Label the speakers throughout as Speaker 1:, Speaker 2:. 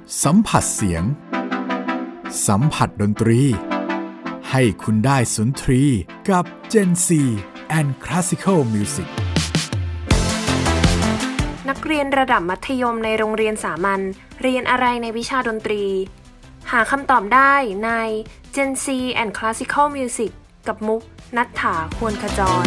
Speaker 1: สัมผัสเสียงสัมผัสดนตรีให้คุณได้สุนทรีกับ Gen C and Classical Music
Speaker 2: นักเรียนระดับมัธยมในโรงเรียนสามัญเรียนอะไรในวิชาดนตรีหาคำตอบได้ใน Gen C and Classical Music กับมุกณัฐฐา ควรขจร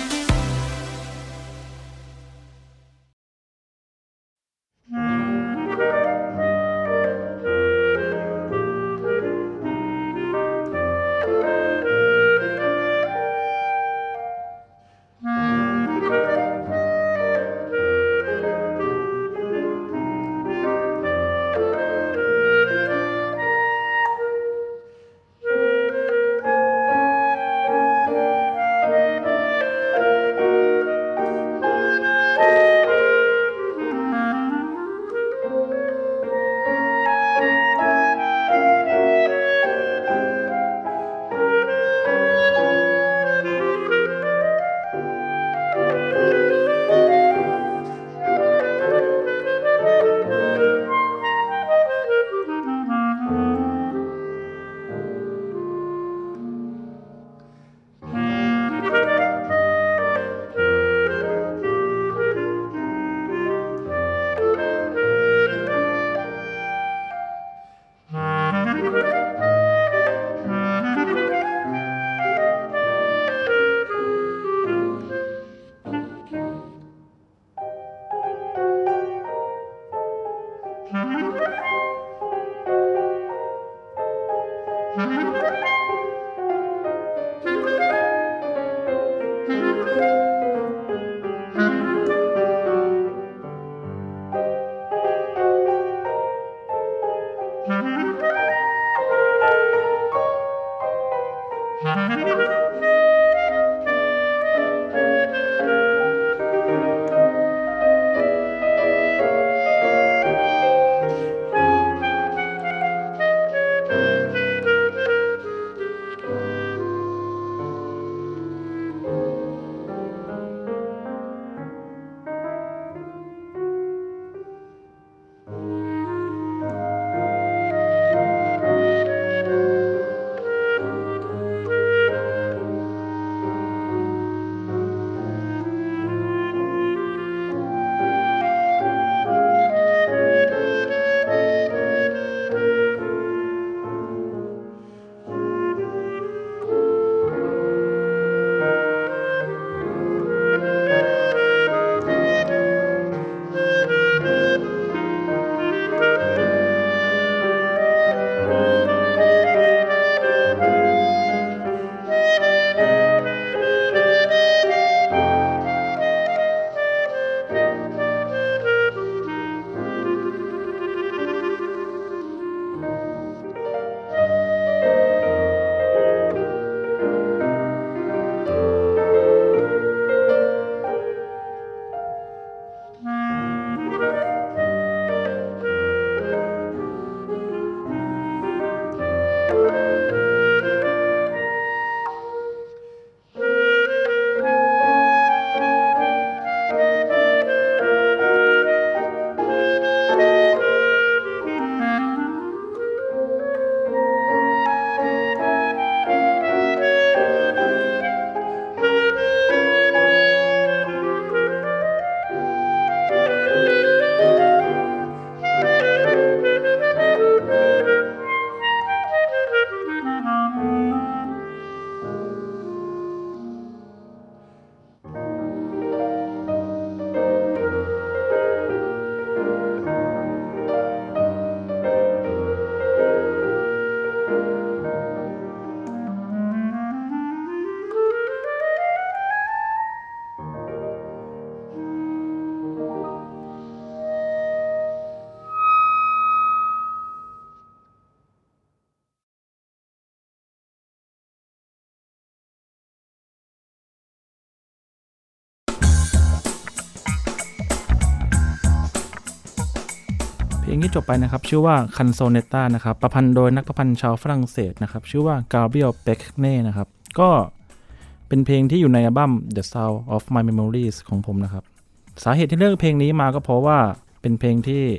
Speaker 3: เพลงที่จบไปนะครับชื่อว่าคันโซเนต้านะครับประพันธ์โดยนักประพันธ์ชาวฝรั่งเศสนะครับชื่อว่ากาเบรียล เปกเน่นะครับก็เป็นเพลงที่อยู่ในอัลบั้ม The Sound of My Memories ของผมนะครับสาเหตุที่เลือกเพลงนี้มาก็เพราะว่าเป็นเพลงที่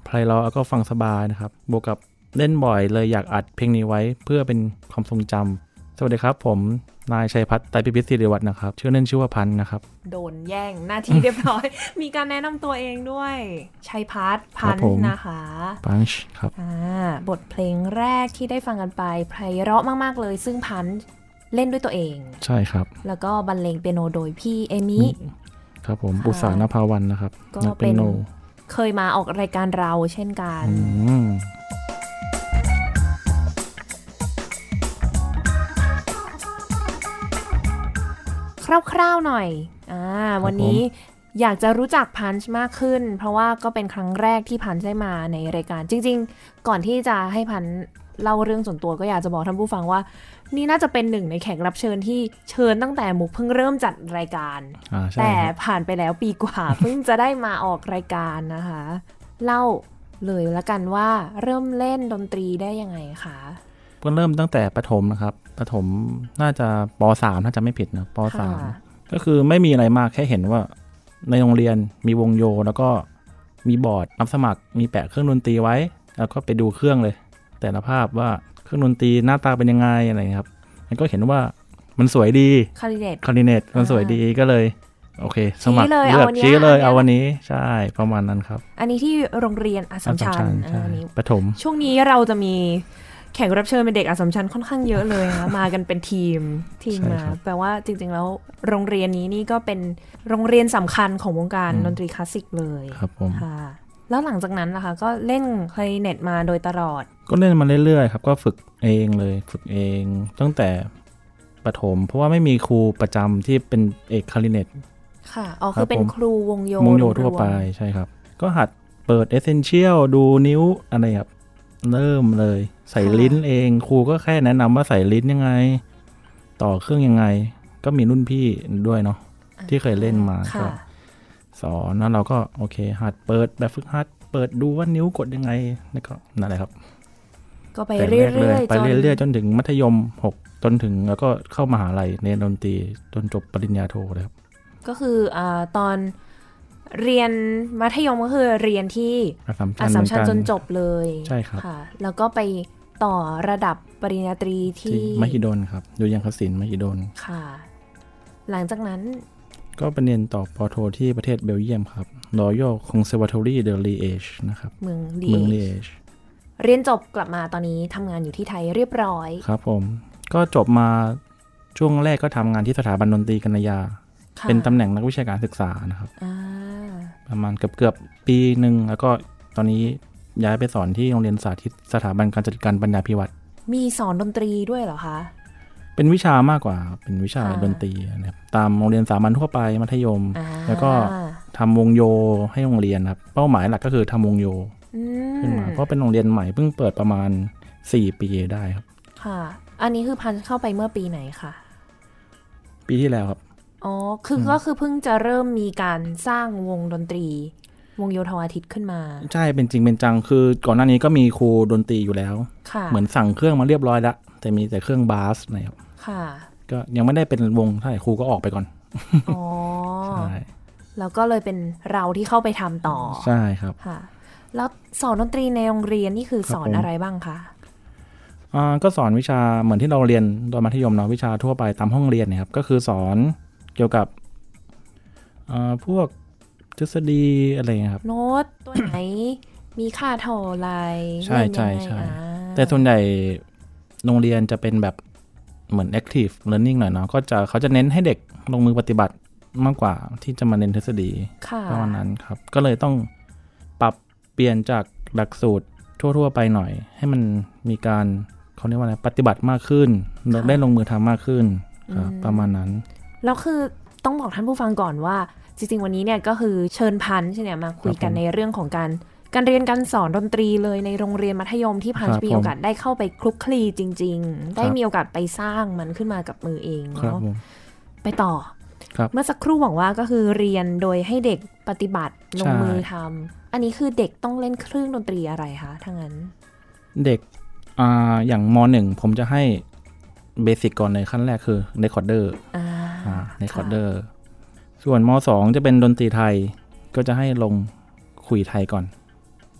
Speaker 3: ไพเราะแล้วก็ฟังสบายนะครับบวกกับเล่นบ่อยเลยอยากอัดเพลงนี้ไว้เพื่อเป็นความทรงจำสวัสดีครับผมนายชัยพัฒน์ไตรพิพิธศิริวัฒน์นะครับชื่อเล่นชื่อว่าพันธุ์นะครับ
Speaker 2: โดนแย่งหน้าที่เรียบร้อย มีการแนะนำตัวเองด้วยชัยพัฒน์พันธุ์นะคะ
Speaker 3: พันช์ครับ
Speaker 2: บทเพลงแรกที่ได้ฟังกันไปไพเราะมากๆเลยซึ่งพันธุ์เล่นด้วยตัวเอง
Speaker 3: ใช่ครับ
Speaker 2: แล้วก็บรรเลงเปียโนโดยพี่เอมิ
Speaker 3: ครับผมอุษานภาวันนะครับ
Speaker 2: ก็เป็นเคยมาออกรายการเราเช่นกันคร่าวๆหน่อยวันนี้อยากจะรู้จักพันช์มากขึ้นเพราะว่าก็เป็นครั้งแรกที่พันช์ได้มาในรายการจริงๆก่อนที่จะให้พันช์เล่าเรื่องส่วนตัวก็อยากจะบอกท่านผู้ฟังว่านี่น่าจะเป็นหนึ่งในแขกรับเชิญที่เชิญตั้งแต่มุกเพิ่งเริ่มจัดรายการแต่ผ่านไปแล้วปีกว่า เพิ่งจะได้มาออกรายการนะคะเล่าเลยละกันว่าเริ่มเล่นดนตรีได้ยังไงคะ
Speaker 3: ก็เริ่มตั้งแต่ประถมนะครับประถมน่าจะป.3 ถ้าจะไม่ผิดนะป.3 ก็คือไม่มีอะไรมากแค่เห็นว่าในโรงเรียนมีวงโยแล้วก็มีบอร์ดรับสมัครมีแปะเครื่องดนตรีไว้แล้วก็ไปดูเครื่องเลยแต่ละภาพว่าเครื่องดนตรีหน้าตาเป็นยังไงอะไรครับมันก็เห็นว่ามันสวยดี
Speaker 2: คลาริ
Speaker 3: เนตมันสวยดีก็เลยโอเคสมัครเลือกชี้เลยเอาวันนี้ใช่ประมาณนั้นครับ
Speaker 2: อันนี้ที่โรงเรียนอัสสัมชัญ
Speaker 3: อันนี้ประถม
Speaker 2: ช่วงนี้เราจะมีแขกรับเชิญเป็นเด็กอัสสัมชัญค่อนข้างเยอะเลยนะมากันเป็นทีมมาแปลว่าจริงๆแล้วโรงเรียนนี้นี่ก็เป็นโรงเรียนสำคัญของวงการดนตรีคลาสสิกเลย
Speaker 3: ครับผม
Speaker 2: ค่ะแล้วหลังจากนั้นนะคะก็เล่นคลาริเนตมาโดยตลอด
Speaker 3: ก็เล่นมาเรื่อยๆครับก็ฝึกเองเลยฝึกเองตั้งแต่ประถมเพราะว่าไม่มีครูประจำที่เป็นเอกคลาริเนต
Speaker 2: ค่ะอ๋อคือเป็นครูวงโย
Speaker 3: ทั่วไปใช่ครับก็หัดเปิดเอเซนเชียลดูนิ้วอะไรครับเริ่มเลยใส่ลิ้นเองครูก็แค่แนะนำว่าใส่ลิ้นยังไงต่อเครื่องยังไงก็มีรุ่นพี่ด้วยเนาะที่เคยเล่นมาก็สอนแล้วเราก็โอเคหัดเปิดแบบฝึกหัดเปิดดูว่านิ้วกดยังไงแล้วก็นั่นแหละครับ
Speaker 2: ก็ไปเรื่อย
Speaker 3: ๆจนถึงมัธยม6จนถึงแล้วก็เข้ามหาลัยเรียนดนตรีจนจบปริญญาโทเลยครับ
Speaker 2: ก็คือตอนเรียนมัธยมก็คือเรียนที่อัสสัมชัญจนจบเลย
Speaker 3: ใช่ครับ
Speaker 2: ค่ะแล้วก็ไปต่อระดับปริญญาตรีที่
Speaker 3: มหิดลครับดุริยางคศิลป์มหิดล
Speaker 2: ค่ะหลังจากนั้น
Speaker 3: ก็ไปเรียนต่อป.โทที่ประเทศเบลเยียมครับ Royal Conservatory de Liège นะครับ
Speaker 2: เมือง
Speaker 3: Liège
Speaker 2: เรียนจบกลับมาตอนนี้ทำงานอยู่ที่ไทยเรียบร้อย
Speaker 3: ครับผมก็จบมาช่วงแรกก็ทำงานที่สถาบันดนตรีกัญญาเป็นตำแหน่งนักวิชาการศึกษานะครับประมาณเกือบปีนึงแล้วก็ตอนนี้ย้ายไปสอนที่โรงเรียนสาธิตสถาบันการจัดการปัญญาภิวัตร
Speaker 2: มีสอนดนตรีด้วยเหรอคะ
Speaker 3: เป็นวิชามากกว่าเป็นวิชาดนตรีนะครับตามโรงเรียนสามัญทั่วไปมัธยมแล้วก็ทำวงโยให้โรงเรียนครับเป้าหมายหลักก็คือทำวงโยขึ้นมาเพราะเป็นโรงเรียนใหม่เพิ่งเปิดประมาณ4ปีได้ครับ
Speaker 2: ค่ะอันนี้คือพันเข้าไปเมื่อปีไหนคะ
Speaker 3: ปีที่แล้วครับ
Speaker 2: อ๋อก็คือเพิ่งจะเริ่มมีการสร้างวงดนตรีวงโยธวาทิตขึ้นมา
Speaker 3: ใช่เป็นจริงเป็นจังคือก่อนหน้านี้ก็มีครูดนตรีอยู่แล้วเหมือนสั่งเครื่องมาเรียบร้อยแล้วแต่มีแต่เครื่องบาสนะครับก็ยังไม่ได้เป็นวงเท่าไหร่ครูก็ออกไปก่อน
Speaker 2: อ๋อใช่แล้วก็เลยเป็นเราที่เข้าไปทำต่อ
Speaker 3: ใช่ครับ
Speaker 2: ค่ะแล้วสอนดนตรีในโรงเรียนนี่คือสอนอะไรบ้างคะ
Speaker 3: ก็สอนวิชาเหมือนที่เราเรียนตอนมัธยมเนาะวิชาทั่วไปตามห้องเรียนนะครับก็คือสอนเกี่ยวกับพวกทฤษฎีอะไรครับ
Speaker 2: โน้ตตัวไหนมีค่าเท่าไร
Speaker 3: ใช่ใช่ใช่แต่ส่วนใหญ่โรงเรียนจะเป็นแบบเหมือน active learning หน่อยเนาะก็จะเขาจะเน้นให้เด็กลงมือปฏิบัติมากกว่าที่จะมาเน้นทฤษฎีประมาณนั้นครับก็เลยต้องปรับเปลี่ยนจากหลักสูตรทั่วๆไปหน่อยให้มันมีการเขาเรียกว่าอะไรปฏิบัติมากขึ้นได้ลงมือทำมากขึ้นครับประมาณนั้น
Speaker 2: แล้วคือต้องบอกท่านผู้ฟังก่อนว่าจริงๆวันนี้เนี่ยก็คือเชิญพันธุ์ใช่ไหมมาคุยกันในเรื่องของการเรียนการสอนดนตรีเลยในโรงเรียนมัธยมที่พันธุ์มีโอกาสได้เข้าไปคลุกคลีจริงๆได้มีโอกาสไปสร้างมันขึ้นมากับมือเองเนาะไปต่อเมื่อสักครู่บอกว่าก็คือเรียนโดยให้เด็กปฏิบัติลงมือทำอันนี้คือเด็กต้องเล่นเครื่องดนตรีอะไรคะทั้งนั้น
Speaker 3: เด็กอย่างม.1 ผมจะให้เบสิกก่อนในขั้นแรกคือเรคคอร์ดเดอร์เรคคอร์ดเดอร์ส่วนม.2 จะเป็นดนตรีไทยก็จะให้ลงคุยไทยก่อน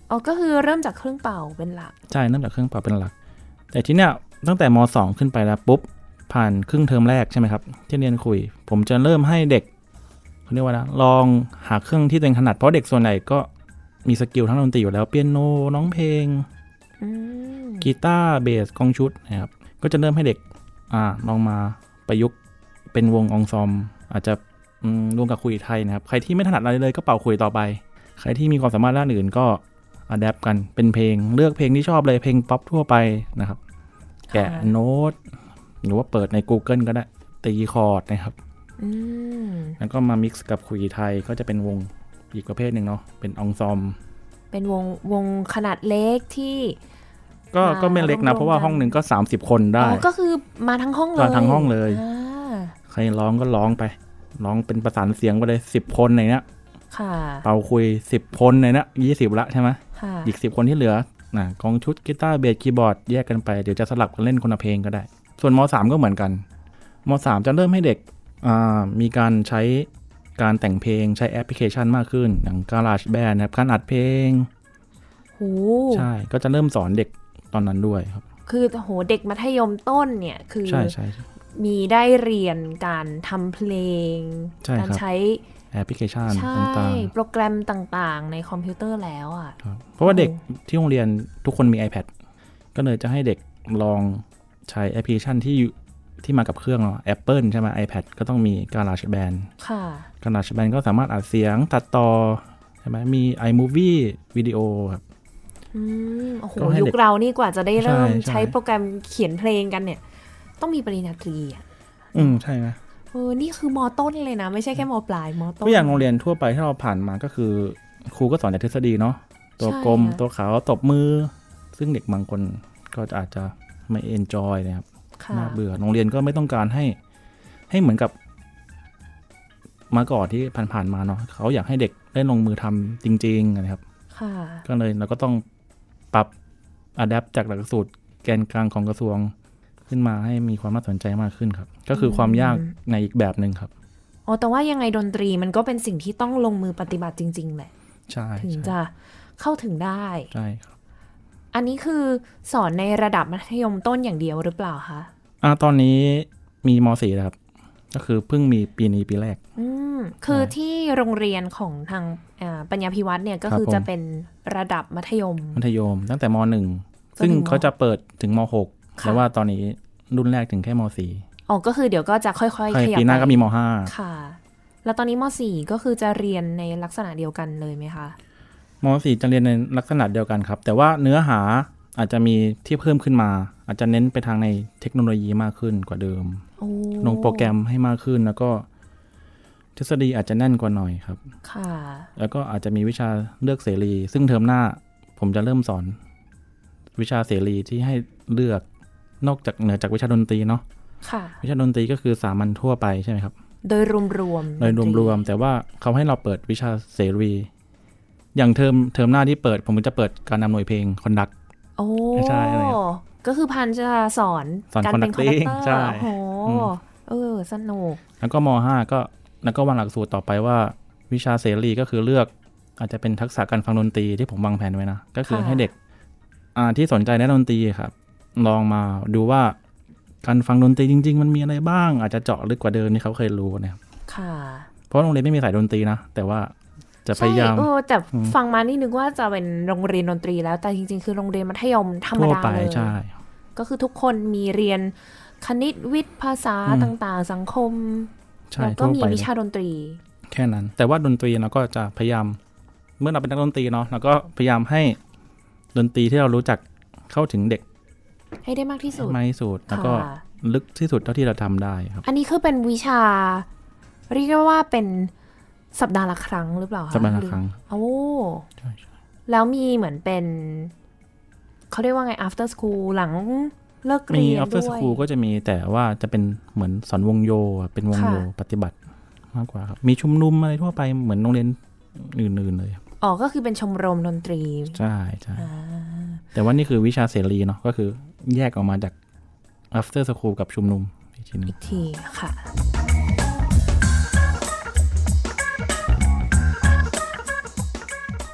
Speaker 2: อ๋อก็คือเริ่มจากเครื่องเป่าเป็นหลัก
Speaker 3: ใช่เริ่มจากเครื่องเป่าเป็นหลักแต่ที่เนี้ยตั้งแต่ม.2 ขึ้นไปแล้วปุ๊บผ่านครึ่งเทอมแรกใช่ไหมครับที่เรียนคุยผมจะเริ่มให้เด็กเขาเรียกว่านะลองหาเครื่องที่ตัวเองถนัดเพราะเด็กส่วนใหญ่ก็มีสกิลทั้งดนตรีอยู่แล้วเปียโนร้องเพลงกีตาร์เบสกองชุดนะครับก็จะเริ่มให้เด็กลองมาประยุกต์เป็นวงองซอมอาจจะรวมกับคุยไทยนะครับใครที่ไม่ถนัดอะไรเลยก็เป่าคุยต่อไปใครที่มีความสามารถด้านอื่นก็อะแดปกันเป็นเพลงเลือกเพลงที่ชอบเลยเพลงป๊อปทั่วไปนะครับแกะโน้ตหรือว่าเปิดใน Google ก็ได้ตีคอร์ดนะครับแล้วก็มามิกซ์กับคุยไทยก็จะเป็นวงอีกประเภทหนึ่งเนาะเป็นองซอม
Speaker 2: เป็นวงขนาดเล็กที่
Speaker 3: ก็ไม่เล็กนะเพราะว่าห้องหนึ่งก็30คนได้
Speaker 2: ก็คือมาทั้งห้องเลย
Speaker 3: ทั้งห้องเลยใครร้องก็ร้องไปร้องเป็นประสานเสียงไปเลย10คนในเนี้ยเป่าคุย10คนในเนี้ย20ละใช่ไหมอีก10คนที่เหลือกองชุดกีตาร์เบสคีย์บอร์ดแยกกันไปเดี๋ยวจะสลับกันเล่นคนละเพลงก็ได้ส่วนม.3 ก็เหมือนกันม.3 จะเริ่มให้เด็กมีการใช้การแต่งเพลงใช้แอปพลิเคชันมากขึ้นอย่าง GarageBand นะครับการอัดเพลงใช่ก็จะเริ่มสอนเด็กตอนนั้นด้วยครับ
Speaker 2: คือเด็กมัธยมต้นเนี่ยคือ
Speaker 3: ใช่
Speaker 2: มีได้เรียนการทำเพลงการใช้
Speaker 3: แอปพลิเคชันต่าง
Speaker 2: ๆโปรแกรมต่างๆในคอมพิวเตอร์แล้ว
Speaker 3: เพราะว่าเด็กที่โรงเรียนทุกคนมี iPad ก็เลยจะให้เด็กลองใช้แอปพลิเคชันที่มากับเครื่องApple ใช่ไหม iPad ก็ต้องมี GarageBand
Speaker 2: ค่ะ
Speaker 3: GarageBand ก็สามารถอัดเสียงตัดต่อใช่ไหมมี iMovie วิดีโอครับ
Speaker 2: โอ้โหยุคเรานี่กว่าจะได้เริ่มใช้โปรแกรมเขียนเพลงกันเนี่ยต้องมีปริญญาตรี
Speaker 3: ใช่ไหม
Speaker 2: นี่คือม.ต้นเลยนะไม่ใช่แค่ม.ปลายม.ต้น
Speaker 3: ก็อย่างโรงเรียนทั่วไปที่เราผ่านมาก็คือครูก็สอนแต่ทฤษฎีเนาะตัวกลมตัวขาวตบมือซึ่งเด็กบางคนก็อาจจะไม่เอนจอยนะครับน่าเบื่อโรงเรียนก็ไม่ต้องการให้เหมือนกับมาก่อนที่ผ่านๆมาเนาะเขาอยากให้เด็กได้ลงมือทำจริงๆนะครับก็เลยเราก็ต้องปรับอะแดปจากหลักสูตรแกนกลางของกระทรวงขึ้นมาให้มีความน่าสนใจมากขึ้นครับก็คือความยากในอีกแบบนึงครับ
Speaker 2: แต่ว่ายังไงดนตรีมันก็เป็นสิ่งที่ต้องลงมือปฏิบัติจริงๆแหละ
Speaker 3: ใช่
Speaker 2: ถึงจะเข้าถึงได้
Speaker 3: ใช่ครับ
Speaker 2: อันนี้คือสอนในระดับมัธยมต้นอย่างเดียวหรือเปล่าคะ
Speaker 3: ตอนนี้มีม.4 แล้วครับก็คือเพิ่งมีปีนี้ปีแรก
Speaker 2: คือที่โรงเรียนของทางปัญญาภิวัฒน์เนี่ยก็คือจะเป็นระดับมัธยม
Speaker 3: ตั้งแต่ม.1 ซึ่งเขาจะเปิดถึงม.6 แต่ว่าตอนนี้รุ่นแรกถึงแค่ม
Speaker 2: .4 ก็คือเดี๋ยวก็จะค่อยๆขยับ
Speaker 3: ปีหน้าก็มีม
Speaker 2: .5 ค่ะแล้วตอนนี้ม.4 ก็คือจะเรียนในลักษณะเดียวกันเลยไหมคะ
Speaker 3: ม.4 จะเรียนในลักษณะเดียวกันครับแต่ว่าเนื้อหาอาจจะมีที่เพิ่มขึ้นมาอาจจะเน้นไปทางในเทคโนโลยีมากขึ้นกว่าเดิมลงโปรแกรมให้มากขึ้นแล้วก็ทฤษฎีอาจจะแน่นกว่าหน่อยครับ
Speaker 2: ค่ะ
Speaker 3: แล้วก็อาจจะมีวิชาเลือกเสรีซึ่งเทอมหน้าผมจะเริ่มสอนวิชาเสรีที่ให้เลือกนอกจากเหนือจากวิชาดนตรีเนาะ
Speaker 2: ค่ะ
Speaker 3: วิชาดนตรีก็คือสามัญทั่วไปใช่ไหมครับ
Speaker 2: โดยรวม
Speaker 3: แต่ว่าเขาให้เราเปิดวิชาเสรีอย่างเทอมหน้าที่เปิดผมจะเปิดการนำหน่วยเพลงคอนดักใช่อะไร
Speaker 2: ก็คือพันจะสอน
Speaker 3: การเป็นคอนดักเตอร์ใช่
Speaker 2: สนุก
Speaker 3: แล้วก็ม.5 ก็แล้วก็วางหลักสูตรต่อไปว่าวิชาเสรีก็คือเลือกอาจจะเป็นทักษะการฟังดนตรีที่ผมวางแผนไว้นะก็คือให้เด็กที่สนใจในดนตรีครับลองมาดูว่าการฟังดนตรีจริงๆมันมีอะไรบ้างอาจจะเจาะลึกกว่าเดิมที่เขาเคยรู้นะครับเพราะโรงเรียนไม่มีสายดนตรีนะแต่ว่าจะพยายาม
Speaker 2: แต่ฟังมานี่นึกว่าจะเป็นโรงเรียนดนตรีแล้วแต่จริงๆคือโรงเรียนมัธยมธรรมดาเลย
Speaker 3: ใช่
Speaker 2: ก็คือทุกคนมีเรียนคณิตวิทย์ภาษาต่างๆสังคมแล้วก็มีวิชาดนตรี
Speaker 3: แค่นั้นแต่ว่าดนตรีเราก็จะพยายามเมื่อเราเป็นนักดนตรีเนาะเราก็พยายามให้ดนตรีที่เรารู้จักเข้าถึงเด็ก
Speaker 2: ให้ได้มากที่สุด
Speaker 3: แล้วก็ลึกที่สุดเท่าที่เราทำได้ครับ
Speaker 2: อันนี้คือเป็นวิชาเรียกว่าเป็นสัปดาห์ละครั้งหรือเปล่าคะ
Speaker 3: สัปดาห์ละครั้ง
Speaker 2: ใช่แล้วมีเหมือนเป็นเขาเรียกว่าไง after school หลังเลิกเรียนด้วยมี
Speaker 3: after school ก็จะมีแต่ว่าจะเป็นเหมือนสอนวงโยเป็นวงโยปฏิบัติมากกว่าครับมีชุมนุมอะไรทั่วไปเหมือนโรงเรียนอื่นๆเลย
Speaker 2: ก็คือเป็นชมรมดนตรี
Speaker 3: ใช่แต่ว่านี่คือวิชาเสรีเนาะก็คือแยกออกมาจาก after school กับชุมนุมอีก
Speaker 2: ทีค่ะ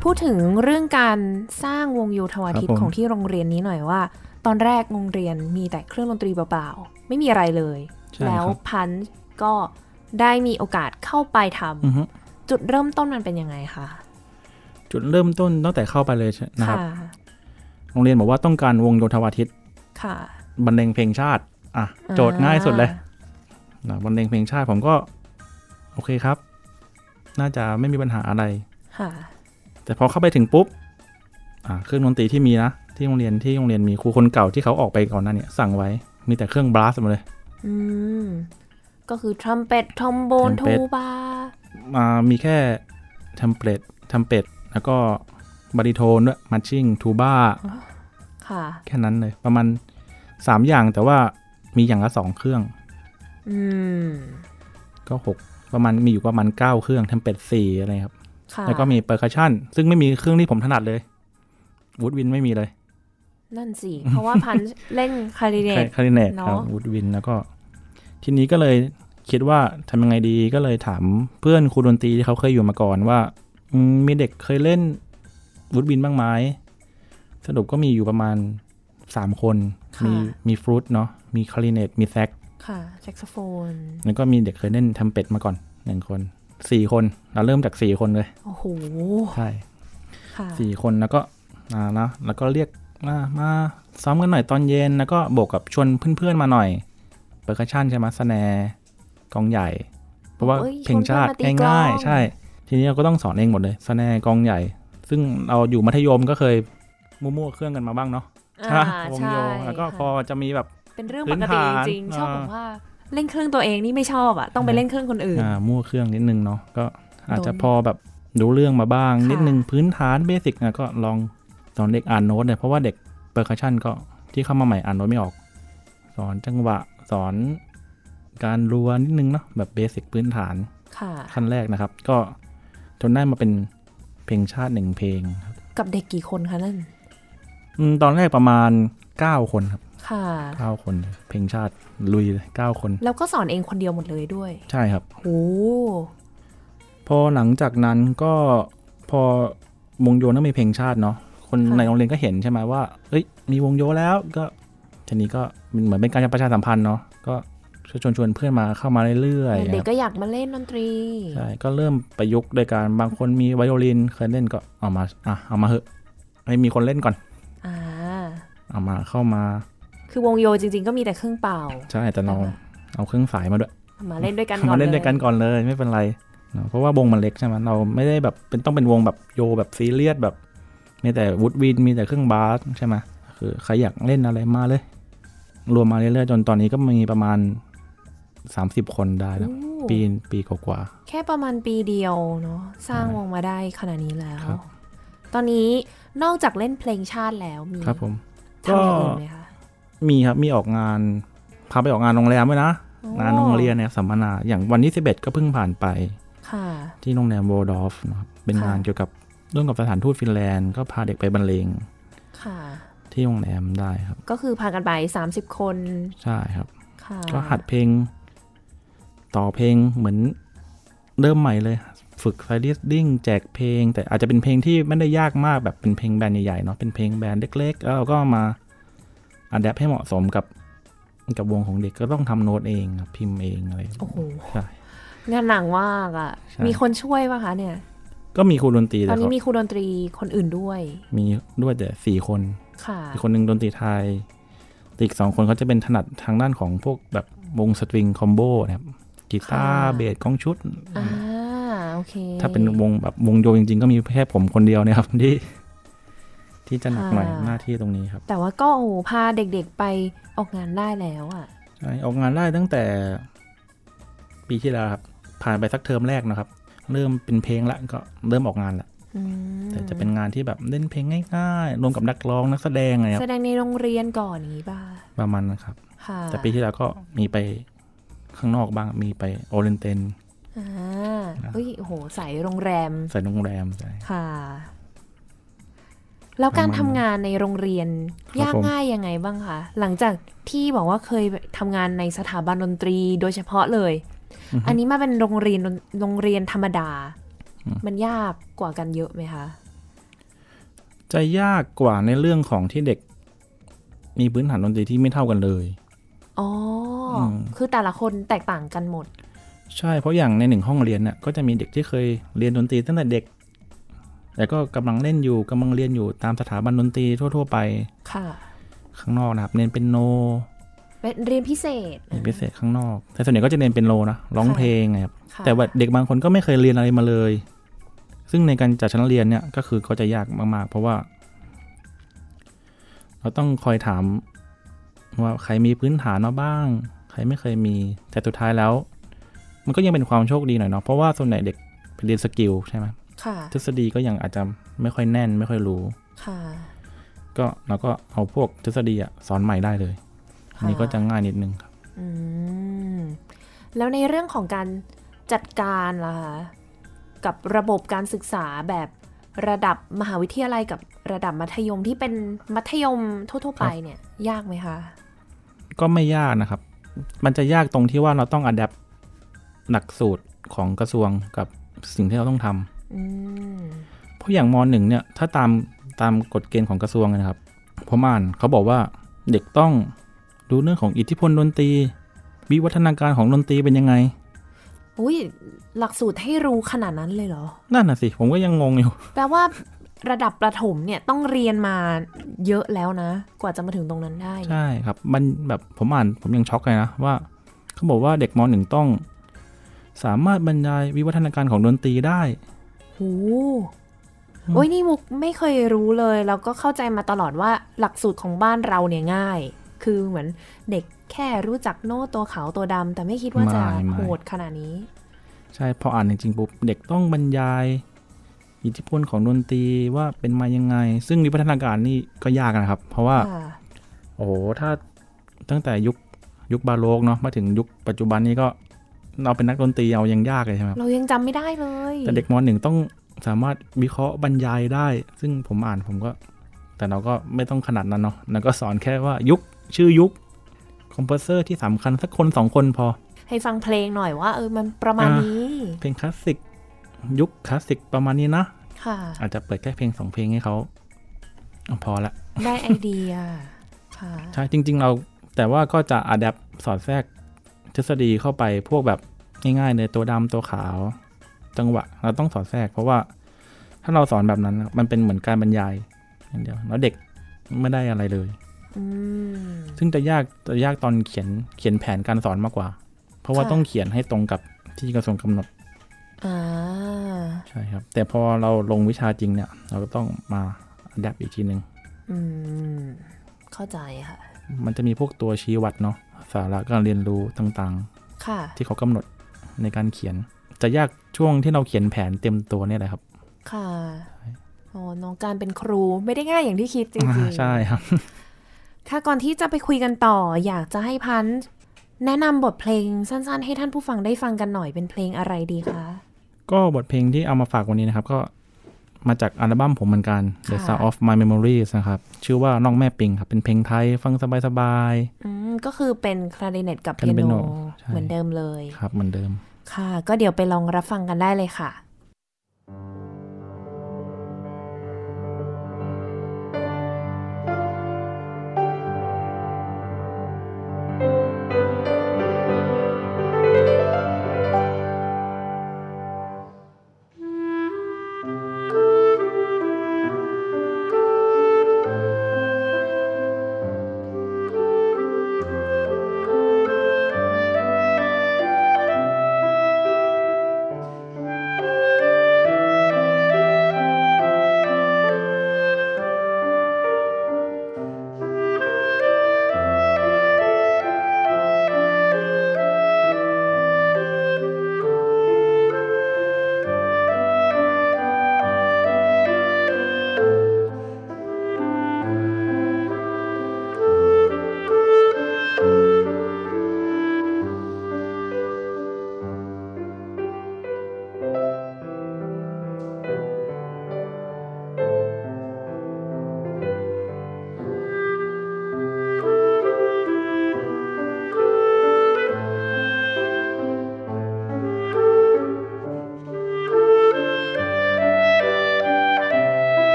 Speaker 2: พูดถึงเรื่องการสร้างวงโยธวาทิตของที่โรงเรียนนี้หน่อยว่าตอนแรกโรงเรียนมีแต่เครื่องดนตรีเปล่าๆไม่มีอะไรเลยแล้วพันธุ์ก็ได้มีโอกาสเข้าไปทำจุดเริ่มต้นมันเป็นยังไงคะ
Speaker 3: จุดเริ่มต้นตั้งแต่เข้าไปเลยนะครับโรงเรียนบอกว่าต้องการวงโยธวาทิตบรรเลงเพลงชาติโจทย์ง่ายสุดเลยบรรเลงเพลงชาติผมก็โอเคครับน่าจะไม่มีปัญหาอะไรแต่พอเข้าไปถึงปุ๊บเครื่องดนตรีที่มีนะที่โรงเรียนมีครูคนเก่าที่เขาออกไปก่อนหน้านี้สั่งไว้มีแต่เครื่องบลัสหมดเลย
Speaker 2: ก็คือทรัมเป็ตทอมโบนทูบา
Speaker 3: มีแค่ทรัมเป็ตแล้วก็บาริโทนด้วยมัชชิ่งทูบ้าแค่นั้นเลยประมาณ3อย่างแต่ว่ามีอย่างละ2เครื่องก็6ประมาณมีอยู่ประมาณ9เครื่องทรัมเป็ต4อะไรครับแล้วก็มีเปอร์คัชชั่นซึ่งไม่มีเครื่องที่ผมถนัดเลยวูดวินไม่มีเลย
Speaker 2: นั่นสิเพราะว่าพันเล่นคลาริเนต
Speaker 3: ครับวูดวินแล้วก็ทีนี้ก็เลยคิดว่าทำยังไงดีก็เลยถามเพื่อนครูดนตรีที่เขาเคยอยู่มาก่อนว่ามีเด็กเคยเล่นวูดวินบ้างไหมสรุปก็มีอยู่ประมาณ3คนมีฟลูตเนาะมีคลาริเนตมีแซก
Speaker 2: แซกโซโฟน
Speaker 3: แล้วก็มีเด็กเคยเล่นทรัมเป็ตมาก่อน1คน4คนเราเริ่มจาก4คนเลย
Speaker 2: โอ้โห
Speaker 3: ใช่4คนแล้วก็นะแล้วก็เรียกมาซ้อมกันหน่อยตอนเย็นแล้วก็บวกกับชวนเพื่อนๆมาหน่อยเปอร์คัชชั่นใช่ไหมสแนร์กองใหญ่เพราะว่าเพลงชาติง่ายๆใช่ทีนี้เราก็ต้องสอนเองหมดเลยสแนร์กองใหญ่ซึ่งเราอยู่มัธยมก็เคยมั่วๆเครื่องกันมาบ้างเนาะใช่วงโยแล้วก็พอจะมีแบบ
Speaker 2: เป็นเรื่องปกติจริงชอบผมว่าเล่นเครื่องตัวเองนี่ไม่ชอบต้องไปเล่นเครื่องคนอื่น
Speaker 3: มั่วเครื่องนิดนึงเนาะก็อาจจะพอแบบรู้เรื่องมาบ้างนิดนึงพื้นฐานเบสิกก็ลองสอนเด็กอ่านโน้ตเลยเพราะว่าเด็กเปอร์คัชชั่นก็ที่เข้ามาใหม่อ่านโน้ตไม่ออกสอนจังหวะสอนการรัวนิดนึงเนาะแบบเบสิกพื้นฐานขั้นแรกนะครับก็จนได้มาเป็นเพลงชาติ1เพลงครับ
Speaker 2: กับเด็กกี่คนคะนั่น
Speaker 3: ตอนแรกประมาณ9คนครับ9คนเพลงชาติลุยเลย9คน
Speaker 2: แล้วก็สอนเองคนเดียวหมดเลยด้วย
Speaker 3: ใช่ครับ
Speaker 2: โอ้
Speaker 3: พอหลังจากนั้นก็พอวงโยนั้นมีเพลงชาติเนาะคนในโรงเรียนก็เห็นใช่ไหมว่าเอ้ยมีวงโยแล้วก็ทีนี้ก็เหมือนเป็นการประชาสัมพันธ์เนาะก็ชวนเพื่อนมาเข้ามาเรื่อย
Speaker 2: ๆเด็กก็อยากมาเล่นดนตรี
Speaker 3: ใช่ก็เริ่มประยุกต์โดยการบางคนมีไวโอลินเคยเล่นก็เอามาเหอะให้มีคนเล่นก่อนเอามาเข้ามา
Speaker 2: คือวงโยจริงๆก็มีแต่เครื่องเป่า
Speaker 3: ใช่แต่เราเอาเครื่องสายมาด้วย
Speaker 2: มาเล่นด้วยกันก่อนเลย
Speaker 3: มาเล่นด้วยกันก่อนเลยไม่เป็นไรเพราะว่าวงมันเล็กใช่ไหมเราไม่ได้แบบต้องเป็นวงแบบโยแบบซีเรียสแบบมีแต่วูดวินมีแต่เครื่องบาสใช่ไหมคือใครอยากเล่นอะไรมาเลยรวมมาเรื่อยๆจนตอนนี้ก็มีประมาณ30คนได้แล้วปีกว่า
Speaker 2: ๆแค่ประมาณปีเดียวเนาะสร้างวงมาได้ขนาดนี้แล้วตอนนี้นอกจากเล่นเพลงชาติแล้วมี
Speaker 3: ครับผม
Speaker 2: ทำอย่างอื่นไหมคะ
Speaker 3: มีครับมีออกงานพาไปออกงานโรงแรมด้วยนะงานโรงเรียนเนี่ยสัมมนาอย่างวันที่11ก็เพิ่งผ่านไปที่โรงแรมโวลดอฟนะครับเป็นงานเกี่ยวกับร่วมกับสถานทูตฟินแลนด์ก็พาเด็กไปบรรเลงที่โรงแรมได้ครับ
Speaker 2: ก็คือพากันไป30คน
Speaker 3: ใช่ครับก็หัดเพลงต่อเพลงเหมือนเริ่มใหม่เลยฝึกไฟลิสติ้งแจกเพลงแต่อาจจะเป็นเพลงที่ไม่ได้ยากมากแบบเป็นเพลงแบนด์ใหญ่ๆเนาะเป็นเพลงแบนด์เล็กๆแล้วเราก็มาอัดแอปให้เหมาะสมกับวงของเด็กก็ต้องทำโน้ตเองพิมพ์เองอะไร
Speaker 2: โอ้โหใช่งานหนักมากอ่ะมีคนช่วยป่ะคะเนี่ย
Speaker 3: ก็มีครูดนตรี
Speaker 2: ตอนนี้มีครูดนตรีคนอื่นด้วย
Speaker 3: มีด้วยแต่4คนอีกคนนึงดนตรีไทยอีก2คนเขาจะเป็นถนัดทางด้านของพวกแบบวงสตริงคอมโบนะครับกีตาร์เบสกองชุด
Speaker 2: โอเค
Speaker 3: ถ้าเป็นวงแบบวงโยจริงๆก็มีแค่ผมคนเดียวเนี่ยครับที่จะหนักหน่อยหน้าที่ตรงนี้ครับ
Speaker 2: แต่ว่าก็พาเด็กๆไปออกงานได้แล้วอ่ะ
Speaker 3: ใช่ออกงานได้ตั้งแต่ปีที่แล้วครับผ่านไปสักเทอมแรกนะครับเริ่มเป็นเพลงละก็เริ่มออกงานละแต่จะเป็นงานที่แบบเล่นเพลงง่ายๆรวมกับนักร้องนักแสดงอะไรครับ
Speaker 2: แสดงในโรงเรียนก่อนนี้ป่ะ
Speaker 3: ประมาณนะครับแต่ปีที่แล้วก็มีไปข้างนอกบ้างมีไปโอเรนเตน
Speaker 2: โอ้โหใส่โรงแรม
Speaker 3: ใช่
Speaker 2: ค่ะแล้วการทำงานในโรงเรียนยากง่ายยังไงบ้างคะหลังจากที่บอกว่าเคยทำงานในสถาบันดนตรีโดยเฉพาะเลยอันนี้มาเป็นโรงเรียนธรรมดามันยากกว่ากันเยอะไหมคะ
Speaker 3: จะยากกว่าในเรื่องของที่เด็กมีพื้นฐานดนตรีที่ไม่เท่ากันเลย
Speaker 2: อ๋อคือแต่ละคนแตกต่างกันหมด
Speaker 3: ใช่เพราะอย่างใน1ห้องเรียนน่ะก็จะมีเด็กที่เคยเรียนดนตรีตั้งแต่เด็กแต่ก็กำลังเล่นอยู่กำลังเรียนอยู่ตามสถาบันดนตรีทั่วๆไปค่ะข้างนอกนะครับเรียนเปียโน
Speaker 2: เรียนพิเศษ
Speaker 3: ข้างนอกแต่ส่วนใหญ่ก็จะเรียนเปียโนนะร้องเพลงไงครับแต่ว่าเด็กบางคนก็ไม่เคยเรียนอะไรมาเลยซึ่งในการจัดชั้นเรียนเนี่ยก็คือเขาจะยากมากๆเพราะว่าเราต้องคอยถามว่าใครมีพื้นฐานมาบ้างใครไม่เคยมีแต่สุดท้ายแล้วมันก็ยังเป็นความโชคดีหน่อยเนาะเพราะว่าส่วนใหญ่เด็กไปเรียนสกิลใช่ไหมทฤษฎีก็ยังอาจจะไม่ค่อยแน่นไม่ค่อยรู้ก็เราก็เอาพวกทฤษฎีสอนใหม่ได้เลยนี่ก็จะง่ายนิดนึงครับ
Speaker 2: แล้วในเรื่องของการจัดการล่ะคะกับระบบการศึกษาแบบระดับมหาวิทยาลัยกับระดับมัธยมที่เป็นมัธยมทั่วๆไปเนี่ยยากไหมคะ
Speaker 3: ก็ไม่ยากนะครับมันจะยากตรงที่ว่าเราต้องอัดแอปหลักสูตรของกระทรวงกับสิ่งที่เราต้องทำเพราะอย่างม.1 เนี่ยถ้าตามกฎเกณฑ์ของกระทรวงนะครับผมอ่านเขาบอกว่าเด็กต้องดูเรื่องของอิทธิพลดนตรีวิวัฒนาการของดนตรีเป็นยังไง
Speaker 2: อุ้ยหลักสูตรให้รู้ขนาดนั้นเลยเหรอ
Speaker 3: นั่นน่ะสิผมก็ยังงงอยู่
Speaker 2: แปลว่าระดับประถมเนี่ยต้องเรียนมาเยอะแล้วนะกว่าจะมาถึงตรงนั้นได้
Speaker 3: ใช่ครับมันแบบผมอ่านผมยังช็อกเลยนะว่าเขาบอกว่าเด็กม.1 ต้องสามารถบรรยายวิวัฒนาการของดนตรีได้
Speaker 2: โอ้ยนี่มุกไม่เคยรู้เลยแล้วก็เข้าใจมาตลอดว่าหลักสูตรของบ้านเราเนี่ยง่ายคือเหมือนเด็กแค่รู้จักโน้ตตัวขาวตัวดำแต่ไม่คิดว่าจะโหดขนาดนี้
Speaker 3: ใช่พออ่านจริงๆปุ๊บเด็กต้องบรรยายอิทธิพลของดนตรีว่าเป็นมายังไงซึ่งวิวัฒนาการนี่ก็ยากนะครับเพราะว่าโอ้โหถ้าตั้งแต่ยุคบาโรกเนาะมาถึงยุคปัจจุบันนี้ก็เราเป็นนักดนตรีเอายังยากเลยใช่ไหม
Speaker 2: เรายังจำไม่ได้เลย
Speaker 3: แต่เด็กม.1 ต้องสามารถวิเคราะห์บรรยายได้ซึ่งผมอ่านผมก็แต่เราก็ไม่ต้องขนาดนั้นเนาะแล้วก็สอนแค่ว่าชื่อยุคคอมโพเซอร์ที่สำคัญสักคน2คนพอ
Speaker 2: ให้ฟังเพลงหน่อยว่ามันประมาณนี้
Speaker 3: เพลงคลาสสิกยุคคลาสสิกประมาณนี้นะค่ะอาจจะเปิดแค่เพลง2เพลงให้เขาพอละ
Speaker 2: ได้ไอเดียค่ะ
Speaker 3: ใช่จริงๆเราแต่ว่าก็จะอัดแอปสอดแทรกทฤษฎีเข้าไปพวกแบบง่ายๆเลยตัวดำตัวขาวจังหวะเราต้องสอดแทรกเพราะว่าถ้าเราสอนแบบนั้นมันเป็นเหมือนการบรรยายอย่างเดียวแล้วเด็กไม่ได้อะไรเลยซึ่งจะยากตอนเขียนแผนการสอนมากกว่าเพราะว่าต้องเขียนให้ตรงกับที่กระทรวงกำหนดใช่ครับแต่พอเราลงวิชาจริงเนี่ยเราก็ต้องมาอัดแอปอีกทีนึง
Speaker 2: เข้าใจค่ะ
Speaker 3: มันจะมีพวกตัวชี้วัดเนาะสาระการเรียนรู้ต่างๆที่เขากำหนดในการเขียนจะยากช่วงที่เราเขียนแผนเต็มตัวเนี่ยแหละครับ
Speaker 2: ค่ะน้องการเป็นครูไม่ได้ง่ายอย่างที่คิดจริง
Speaker 3: ๆใช่ครับ
Speaker 2: ค่ะก่อนที่จะไปคุยกันต่ออยากจะให้พันธ์แนะนำบทเพลงสั้นๆให้ท่านผู้ฟังได้ฟังกันหน่อยเป็นเพลงอะไรดีคะ
Speaker 3: ก็บทเพลงที่เอามาฝากวันนี้นะครับก็มาจากอัลบั้มผมเหมือนกัน The Sound of My Memories นะครับชื่อว่าน้องแม่ปิงครับเป็นเพลงไทยฟังสบาย
Speaker 2: ๆก็คือเป็นคลาริเนตกับเปียโนเหมือนเดิมเลย
Speaker 3: ครับเหมือนเดิม
Speaker 2: ค่ะก็เดี๋ยวไปลองรับฟังกันได้เลยค่ะ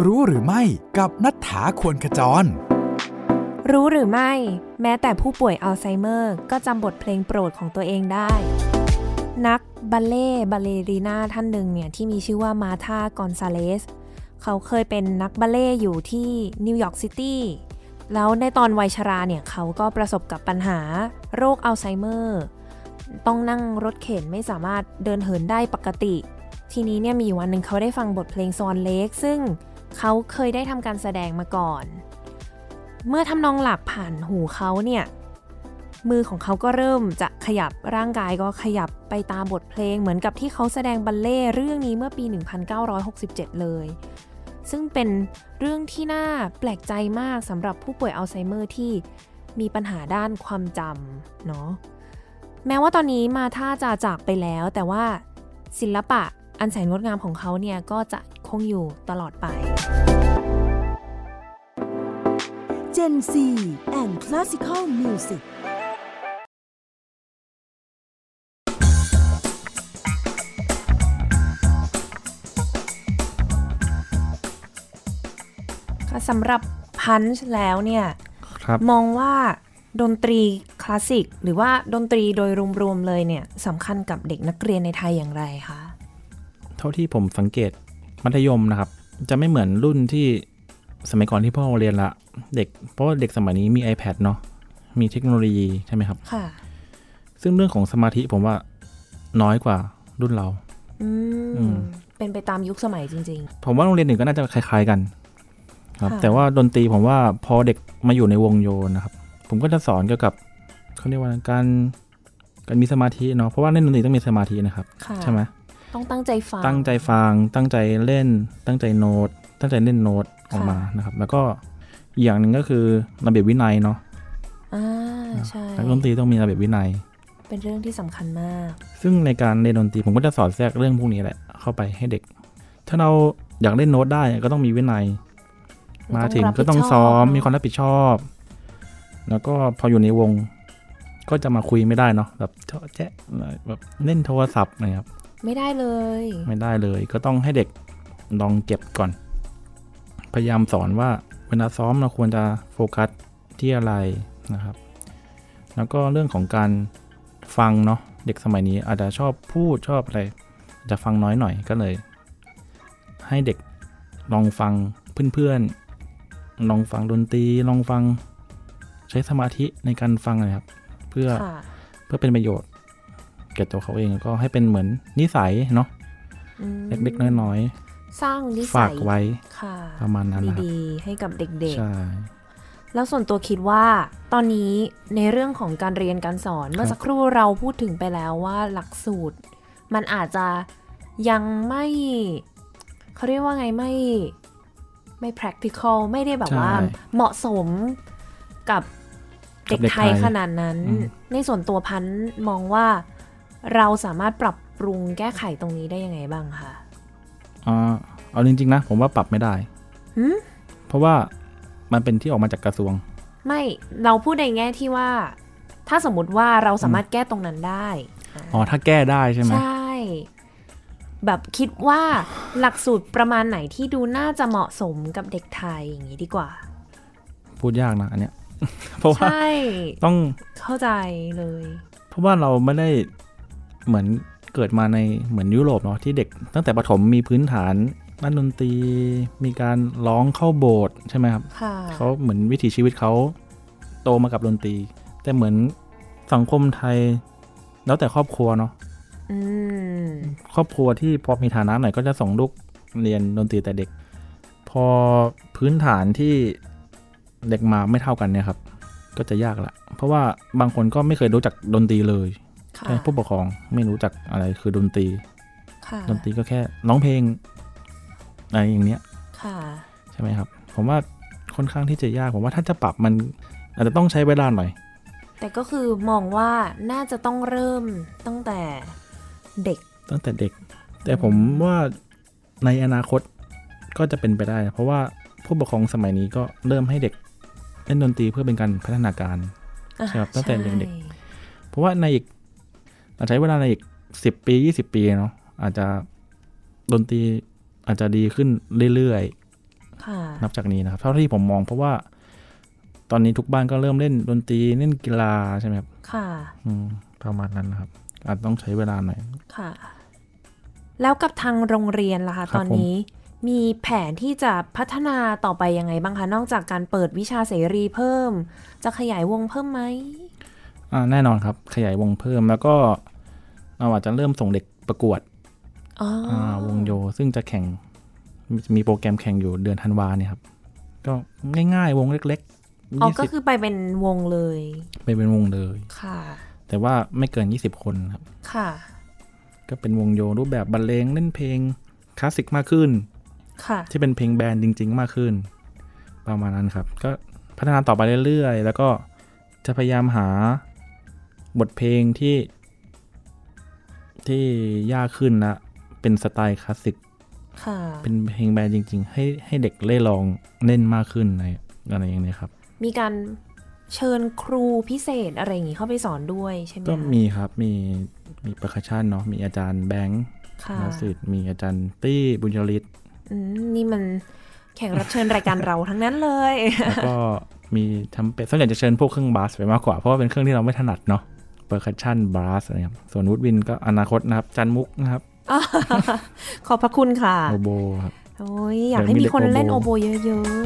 Speaker 1: รู้หรือไม่กับณัฐฐา ควรขจร
Speaker 2: รู้หรือไม่แม้แต่ผู้ป่วยอัลไซเมอร์ก็จำบทเพลงโปรดของตัวเองได้นักบัลเลรีนาท่านหนึ่งเนี่ยที่มีชื่อว่ามาธากอนซาเลสเขาเคยเป็นนักบัลเล่อยู่ที่นิวยอร์กซิตี้แล้วในตอนวัยชราเนี่ยเขาก็ประสบกับปัญหาโรคอัลไซเมอร์ต้องนั่งรถเข็นไม่สามารถเดินเหินได้ปกติทีนี้เนี่ยมีวันหนึ่งเขาได้ฟังบทเพลง Swan Lake ซึ่งเขาเคยได้ทำการแสดงมาก่อนเมื่อทำนองหลักผ่านหูเขาเนี่ยมือของเขาก็เริ่มจะขยับร่างกายก็ขยับไปตามบทเพลงเหมือนกับที่เขาแสดงบัลเล่เรื่องนี้เมื่อปี 1967 เลยซึ่งเป็นเรื่องที่น่าแปลกใจมากสำหรับผู้ป่วยอัลไซเมอร์ที่มีปัญหาด้านความจำเนาะแม้ว่าตอนนี้มาธาจะจากไปแล้วแต่ว่าศิลปะอันแสนงดงามของเขาเนี่ยก็จะคงอยู่ตลอดไป
Speaker 4: Gen Z and Classical Music
Speaker 2: สำหรับพันช์แล้วเนี่ยมองว่าดนตรีคลาสสิกหรือว่าดนตรีโดยรวมๆเลยเนี่ยสำคัญกับเด็กนักเรียนในไทยอย่างไรคะ
Speaker 3: เท่าที่ผมสังเกตมัธยมนะครับจะไม่เหมือนรุ่นที่สมัยก่อนที่พ่อเรียนละเด็กเพราะว่าเด็กสมัยนี้มี iPad เนาะมีเทคโนโลยีใช่ไหมครับ
Speaker 2: ค่ะ
Speaker 3: ซึ่งเรื่องของสมาธิผมว่าน้อยกว่ารุ่นเรา
Speaker 2: เป็นไปตามยุคสมัยจริง
Speaker 3: ๆผมว่าโรงเรียนอื่นก็น่าจะคล้ายๆกันครับแต่ว่าดนตรีผมว่าพอเด็กมาอยู่ในวงโยนนะครับผมก็จะสอนเกี่ยวกับเขาเรียกว่าการมีสมาธิเนาะเพราะว่าเล่นดนตรีต้องมีสมาธินะครับใช่ไหม
Speaker 2: ต้องตั้งใจฟัง
Speaker 3: ตั้งใจเล่นตั้งใจโน้ตตั้งใจเล่นโน้ตออกมานะครับแล้วก็อย่างหนึ่งก็คือระเบียบวินัยเนาะ
Speaker 2: ใช่
Speaker 3: นักดนตรีต้องมีระเบียบวินัย
Speaker 2: เป็นเรื่องที่สำคัญมาก
Speaker 3: ซึ่งในการเล่นดนตรีผมก็จะสอนแทรกเรื่องพวกนี้แหละเข้าไปให้เด็กถ้าเราอยากเล่นโน้ตได้ก็ต้องมีวินัยมาถึงก็ต้องซ้อมมีความรับผิดชอบแล้วก็พออยู่ในวงก็จะมาคุยไม่ได้เนาะแบบแจ๊ะแบบเล่นโทรศัพท์นะครับ
Speaker 2: ไม่ได้
Speaker 3: เลยก็ต้องให้เด็กลองเก็บก่อนพยายามสอนว่าเวลาซ้อมเราควรจะโฟกัสที่อะไรนะครับแล้วก็เรื่องของการฟังเนาะเด็กสมัยนี้อาจจะชอบพูดชอบอะไรจะฟังน้อยหน่อยก็เลยให้เด็กลองฟังเพื่อนๆลองฟังดนตรีลองฟังใช้สมาธิในการฟังนะครับเพื่อเป็นประโยชน์แก่ตัวเขาเองก็ให้เป็นเหมือนนิสัยเนาะเล็กๆน้อย
Speaker 2: ๆสร้างนิสัย
Speaker 3: ฝากไว้ประมาณนั้น
Speaker 2: ดีๆให้กับเด็ก
Speaker 3: ๆใช่
Speaker 2: แล้วส่วนตัวคิดว่าตอนนี้ในเรื่องของการเรียนการสอนเมื่อสักครู่เราพูดถึงไปแล้วว่าหลักสูตรมันอาจจะยังไม่เขาเรียกว่าไงไม่ practical ไม่ได้แบบว่าเหมาะสมกับเด็กไทยขนาดนั้นในส่วนตัวพันธุ์มองว่าเราสามารถปรับปรุงแก้ไขตรงนี้ได้ยังไงบ้างคะ
Speaker 3: เอาจริงๆนะผมว่าปรับไม่ได้เพราะว่ามันเป็นที่ออกมาจากกระทรวง
Speaker 2: ไม่เราพูดในแง่ที่ว่าถ้าสมมติว่าเราสามารถแก้ตรงนั้นได้
Speaker 3: ถ้าแก้ได้ใช่ไหม
Speaker 2: ใช่แบบคิดว่าหลักสูตรประมาณไหนที่ดูน่าจะเหมาะสมกับเด็กไทยอย่างนี้ดีกว่า
Speaker 3: พูดยากนะอันเนี้ยเพราะว่าต้อง
Speaker 2: เข้าใจเลย
Speaker 3: เพราะว่าเราไม่ได้เหมือนเกิดมาในเหมือนยุโรปเนาะที่เด็กตั้งแต่ประถมมีพื้นฐานด้านดนตรีมีการร้องเข้าโบสถ์ใช่ไหมครับเขาเหมือนวิถีชีวิตเขาโตมากับดนตรีแต่เหมือนสังคมไทยแล้วแต่ครอบครัวเนาะครอบครัวที่พอมีฐานะหน่อยก็จะส่งลูกเรียนดนตรีแต่เด็กพอพื้นฐานที่เด็กมาไม่เท่ากันเนี่ยครับก็จะยากละเพราะว่าบางคนก็ไม่เคยรู้จักดนตรีเลยใช่ผู้ปกครองไม่รู้จักอะไรคือดนตรีดนตรีก็แค่ร้องเพลงอะไรอย่างเนี้ยใช่ไหมครับผมว่าค่อนข้างที่จะยากผมว่าถ้าจะปรับมันอาจจะต้องใช้เวลาหน่อย
Speaker 2: แต่ก็คือมองว่าน่าจะต้องเริ่มตั้งแต่เด็ก
Speaker 3: แต่ผมว่าในอนาคตก็จะเป็นไปได้เพราะว่าผู้ปกครองสมัยนี้ก็เริ่มให้เด็กเล่นดนตรีเพื่อเป็นการพัฒนาการใช่ครับตั้งแต่เด็กๆเพราะว่าในอีกอาจใช้เวลาในอีก10 ปี20 ปีเนาะอาจจะดนตรีอาจจะดีขึ้นเรื่อยนับจากนี้นะครับเท่าที่ผมมองเพราะว่าตอนนี้ทุกบ้านก็เริ่มเล่นดนตรีเล่นกีฬาใช่ไหมครับ
Speaker 2: ค่ะ
Speaker 3: ประมาณนั้นนะครับอาจต้องใช้เวลาหน่อย
Speaker 2: ค่ะแล้วกับทางโรงเรียนล่ะคะตอนนี้มีแผนที่จะพัฒนาต่อไปยังไงบ้างคะนอกจากการเปิดวิชาเสรีเพิ่มจะขยายวงเพิ่มไหม
Speaker 3: แน่นอนครับขยายวงเพิ่มแล้วก็อาจจะเริ่มส่งเด็กประกวดวงโยซึ่งจะแข่งมีโปรแกรมแข่งอยู่เดือนธันวาเนี่ยครับก็ง่ายๆวงเล็ก
Speaker 2: ๆก็คือไปเป็นวงเลย
Speaker 3: ไปเป็นวงเลย
Speaker 2: ค่ะ
Speaker 3: แต่ว่าไม่เกิน20คนครับ
Speaker 2: ค่ะ
Speaker 3: ก็เป็นวงโยรูปแบบบรรเลงเล่นเพลงคลาสสิกมากขึ้น
Speaker 2: ค่ะ
Speaker 3: ที่เป็นเพลงแบนด์จริงๆมากขึ้นประมาณนั้นครับก็พัฒนาต่อไปเรื่อยๆแล้วก็จะพยายามหาบทเพลงที่ยากขึ้นนะเป็นสไตล์คลาสสิกเป็นเพลงแบนด์จริงๆให้เด็กได้ลองเล่นมากขึ้นอะไรอย่างนี้ครับ
Speaker 2: มีการเชิญครูพิเศษอะไรอย่างนี้เข้าไปสอนด้วยใช่ไหม
Speaker 3: ก็มีครับมีเปอร์คัชชันเนาะมีอาจารย์แบงค์นักศิษย์มีอาจารย์ตี้บุญยฤทธิ์
Speaker 2: นี่มันแขกรับเชิญรายการเราทั้งนั้นเลย
Speaker 3: แล้วก็มีทำเป็ดส่วนใหญ่จะเชิญพวกเครื่องบาสไปมากกว่าเพราะว่าเป็นเครื่องที่เราไม่ถนัดเนาะเปอร์คัชชันบาสอะไรครับส่วนวูดวินก็อนาคตนะครับจันมุกนะครับ
Speaker 2: ขอบพระคุณค่ะ
Speaker 3: โอโบครับ
Speaker 2: โอ้ยอยากให้มีคนเล่นโอโบเยอะ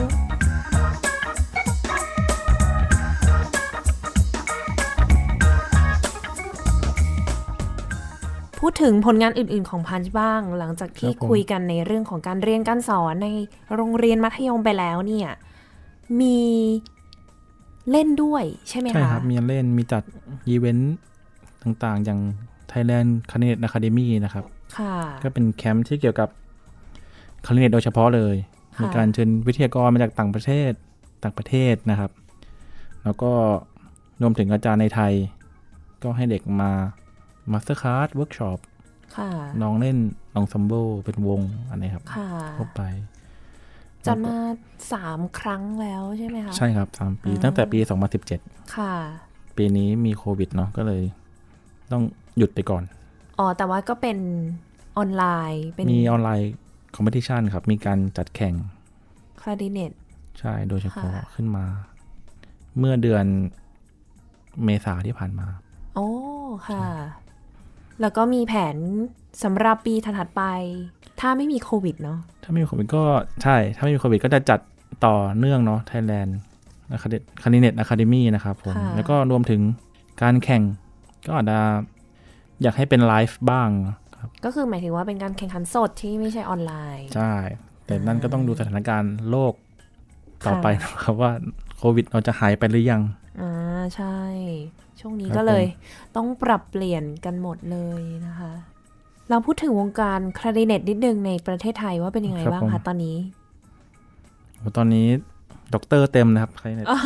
Speaker 2: ๆพูดถึงผลงานอื่นๆของพันช์บ้างหลังจากที่คุยกันในเรื่องของการเรียนการสอนในโรงเรียนมัธยมไปแล้วเนี่ยมีเล่นด้วยใช่ไหมคะ
Speaker 3: ใช่ครับมีเล่นมีจัดอีเวนต์ต่างๆอย่าง Thailand Clarinet Academy นะครับก็เป็นแคมป์ที่เกี่ยวกับคลาริเนตโดยเฉพาะเลยมีการเชิญวิทยากรมาจากต่างประเทศนะครับแล้วก็รวมถึงอาจารย์ในไทยก็ให้เด็กมามาสเตอร์คลาสเวิร์กช็อปน้องเล่นลองซัมโบเป็นวงอะไรครับเข้าไป
Speaker 2: จัดมา3 ครั้งแล้วใช่ไหมคะ
Speaker 3: ใช่ครับ3 ปีตั้งแต่ปี2017
Speaker 2: ค่ะ
Speaker 3: ปีนี้มีโควิดเนาะก็เลยต้องหยุดไปก่อน
Speaker 2: แต่ว่าก็เป็นออนไลน์
Speaker 3: มีออนไลน์คอมเพทิชันครับมีการจัดแข่ง
Speaker 2: คลาริเนต
Speaker 3: ใช่โดยเฉพาะขึ้นมาเมื่อเดือนเมษาที่ผ่านมา
Speaker 2: โอ้ค่ะแล้วก็มีแผนสำหรับปีถัดไปถ้าไม่มีโควิดเนาะ
Speaker 3: ถ้าไม่มีโควิดก็ใช่ถ้าไม่มีโควิดก็จะจัดต่อเนื่องเนาะ Thailand Clarinet Academy นะครับผมแล้วก็รวมถึงการแข่งก็อาจจะอยากให้เป็นไลฟ์บ้างครับ
Speaker 2: ก็คือหมายถึงว่าเป็นการแข่งขันสดที่ไม่ใช่ออนไลน์
Speaker 3: ใช่แต่นั่นก็ต้องดูสถานการณ์โลกต่อไปนะครับว่าโควิดเราจะหายไปหรือยัง
Speaker 2: ใช่ช่วงนี้ก็เลยต้องปรับเปลี่ยนกันหมดเลยนะคะเราพูดถึงวงการคลาริเนตนิดนึงในประเทศไทยว่าเป็นยังไงบ้างคะตอนนี้
Speaker 3: ตอนนี้ด็อกเตอร์เต็มนะครับคลาริเนต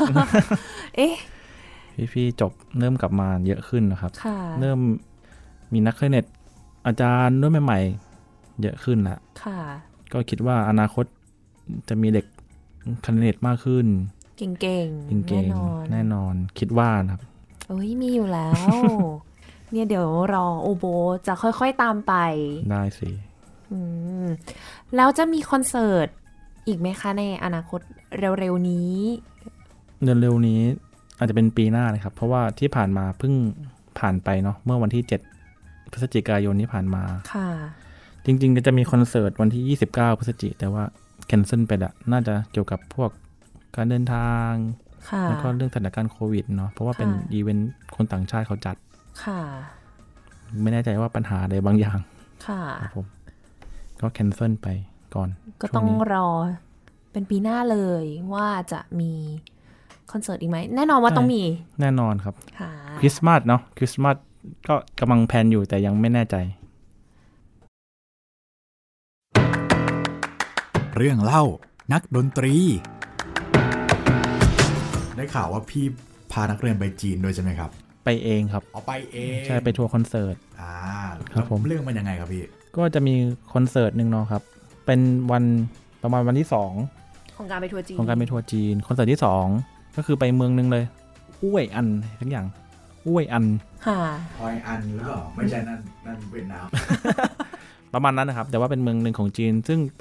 Speaker 3: พี่จบเริ่มกลับมาเยอะขึ้นนะครับเริ่มมีนักคลาริเนตอาจารย์รุ่นใหม่ๆเยอะขึ้นละก็คิดว่าอนาคตจะมีเด็กคลาริเนตมากขึ้น
Speaker 2: เก่ง
Speaker 3: แน่นอนคิดว่านะครับ
Speaker 2: มีอยู่แล้ว เนี่ยเดี๋ยวรอโอโบจะค่อยๆตามไป
Speaker 3: ได้สิ
Speaker 2: แล้วจะมีคอนเสิร์ตอีกไหมคะในอนาคตเร็วๆนี้
Speaker 3: อาจจะเป็นปีหน้าเลยครับเพราะว่าที่ผ่านมาเพิ่งผ่านไปเนาะเมื่อวันที่7 พฤศจิกายนที่ผ่านมา
Speaker 2: ค่ะ
Speaker 3: จริงๆจะมีคอนเสิร์ตวันที่29 พฤศจิกายนแต่ว่าแคนเซิลไปละน่าจะเกี่ยวกับพวกการเดินทางแล้วก็เรื่องสถานการณ์โควิดเนาะเพราะว่าเป็นอีเวนต์คนต่างชาติเขาจัดไม่แน่ใจว่าปัญหาอะไรบางอย่างครับผมก็แคนเซิลไปก่อน
Speaker 2: ก็ต้องรอเป็นปีหน้าเลยว่าจะมีคอนเสิร์ตอีกไหมแน่นอนว่าต้องมี
Speaker 3: แน่นอนครับคริสต์มาสเนาะคริสต์มาสก็กำลังแพลนอยู่แต่ยังไม่แน่ใจ
Speaker 1: เรื่องเล่านักดนตรีได้ข่าวว่าพี่พานักเรียนไปจีนด้วยใช่ไหมครับ
Speaker 3: ไปเองครับ
Speaker 1: ไปเอง
Speaker 3: ใช่ไปทัวร์คอนเสิร์ต
Speaker 1: ครับผมเรื่องมันยังไงครับพี่
Speaker 3: ก็จะมีคอนเสิร์ตนึงเนาะครับเป็นวันประมาณวันที่2
Speaker 2: ของการไปทัวร์จีน
Speaker 3: คอนเสิร์ตที่2ก็คือไปเมืองนึงเลยอุ้ยอันทั้งอย่างอุ้ยอัน
Speaker 1: ฮอยอันหรือเปล่าไม่ใช่นั่นเวียดนาม
Speaker 3: ประมาณนั้นนะครับแต่ว่าเป็นเมืองนึงของจีนซึ่งเป็น